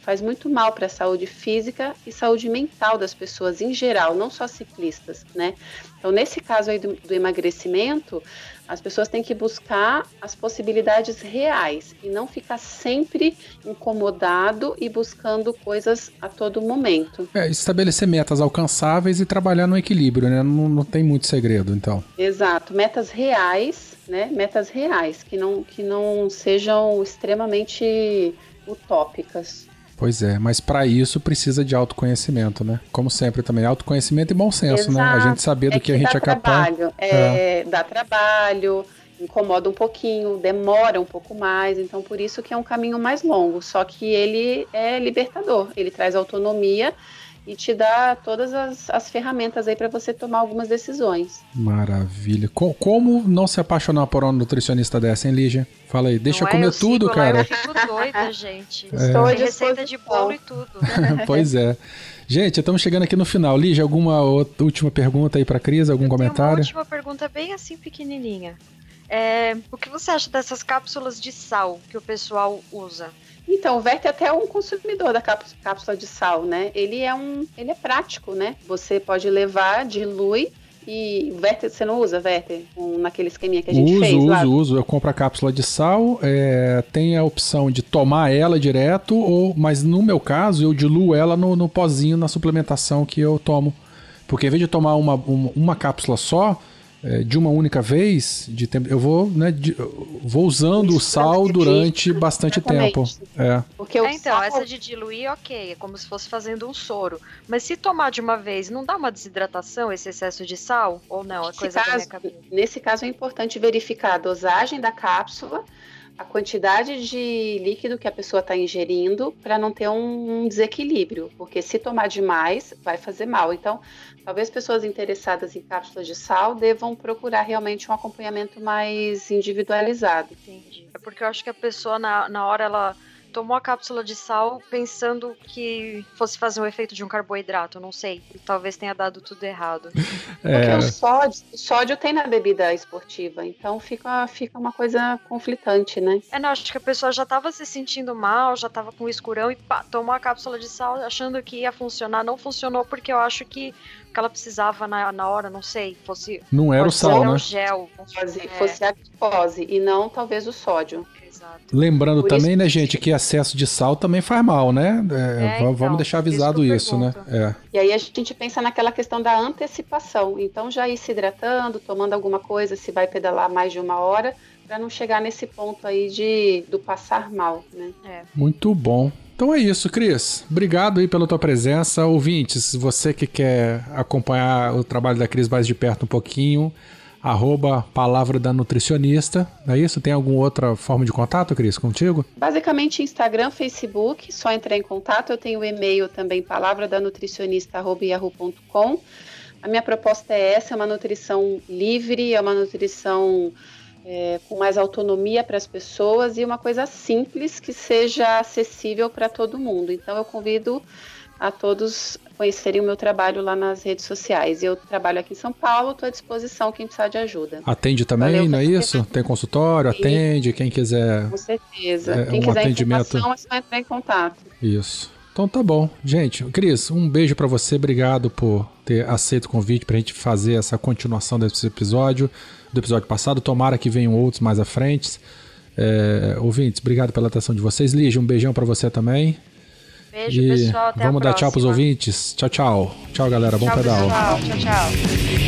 faz muito mal para a saúde física e saúde mental das pessoas em geral, não só ciclistas, né? Então, nesse caso aí do, do emagrecimento, as pessoas têm que buscar as possibilidades reais e não ficar sempre incomodado e buscando coisas a todo momento. É, estabelecer metas alcançáveis e trabalhar no equilíbrio, né? Não, não tem muito segredo, então. Exato, metas reais, né? Metas reais, que não, que não sejam extremamente utópicas. Pois é, mas para isso precisa de autoconhecimento, né? Como sempre também, autoconhecimento e bom senso, Exato. Né? A gente saber do é que, que a gente é capaz. É, é. Dá trabalho, incomoda um pouquinho, demora um pouco mais, então por isso que é um caminho mais longo, só que ele é libertador, ele traz autonomia e te dá todas as, as ferramentas aí para você tomar algumas decisões. Maravilha. Co- como não se apaixonar por uma nutricionista dessa, hein, Lígia? Fala aí, deixa não eu comer é, eu tudo, cara. Lá, eu fico doida, gente. É. Estou de receita de bolo e tudo. Pois é. Gente, estamos chegando aqui no final. Lígia, alguma outra, última pergunta aí para a Cris? Algum eu comentário? Tenho uma última pergunta bem assim pequenininha. É, o que você acha dessas cápsulas de sal que o pessoal usa? Então, o Werther é até um consumidor da cápsula de sal, né? Ele é um, ele é prático, né? Você pode levar, dilui e o Werther, você não usa, Werther? Um, naquele esqueminha que a gente uso, fez uso, lá? Uso, uso. Eu compro a cápsula de sal, é, tem a opção de tomar ela direto, ou, mas no meu caso eu diluo ela no, no pozinho, na suplementação que eu tomo. Porque em vez de tomar uma, uma, uma cápsula só, É, de uma única vez, de tempo, eu vou, né, de, eu vou usando Isso, o sal durante bastante Exatamente. tempo. É. Porque é, então, sal... essa de diluir, ok, é como se fosse fazendo um soro. Mas se tomar de uma vez, não dá uma desidratação esse excesso de sal? Ou não? É nesse coisa caso, da minha cabeça. Nesse caso é importante verificar a dosagem da cápsula, a quantidade de líquido que a pessoa está ingerindo para não ter um, um desequilíbrio, porque se tomar demais vai fazer mal. Então, talvez pessoas interessadas em cápsulas de sal devam procurar realmente um acompanhamento mais individualizado. Entendi. É porque eu acho que a pessoa na, na hora ela tomou a cápsula de sal pensando que fosse fazer o efeito de um carboidrato, não sei. E talvez tenha dado tudo errado. É. Porque o sódio, o sódio tem na bebida esportiva, então fica, fica uma coisa conflitante, né? É, não, acho que a pessoa já estava se sentindo mal, já estava com escurão e pá, tomou a cápsula de sal achando que ia funcionar. Não funcionou porque eu acho que o que ela precisava na, na hora, não sei, fosse... Não era o sal, né? O gel. Fosse, é. fosse a glicose e não talvez o sódio. Exato. Lembrando Por também, né, gente, que excesso de sal também faz mal, né? É, é, vamos então, deixar avisado isso, isso né? É. E aí a gente pensa naquela questão da antecipação. Então já ir se hidratando, tomando alguma coisa, se vai pedalar mais de uma hora, para não chegar nesse ponto aí de, do passar mal, né? É. Muito bom. Então é isso, Cris. Obrigado aí pela tua presença. Ouvintes, você que quer acompanhar o trabalho da Cris mais de perto um pouquinho, arroba Palavra da Nutricionista, não é isso? Tem alguma outra forma de contato, Cris, contigo? Basicamente Instagram, Facebook, só entrar em contato. Eu tenho o e-mail também, palavradanotricionista arroba yahoo ponto com. A minha proposta é essa, é uma nutrição livre, é uma nutrição é, com mais autonomia para as pessoas e uma coisa simples que seja acessível para todo mundo. Então eu convido a todos conhecerem o meu trabalho lá nas redes sociais. Eu trabalho aqui em São Paulo, estou à disposição quem precisar de ajuda. Atende também, Valeu, não é isso? Tem consultório, Sim. atende, quem quiser... Com certeza. É, quem um quiser atendimento... informação, é só entrar em contato. Isso. Então tá bom. Gente, Cris, um beijo pra você, obrigado por ter aceito o convite pra gente fazer essa continuação desse episódio, do episódio passado. Tomara que venham outros mais à frente. É, ouvintes, obrigado pela atenção de vocês. Lígia, um beijão pra você também. Beijo, e pessoal. Até vamos a dar próxima. tchau pros ouvintes. Tchau, tchau. Tchau, galera. Bom tchau, pedal. Pessoal. Tchau, tchau.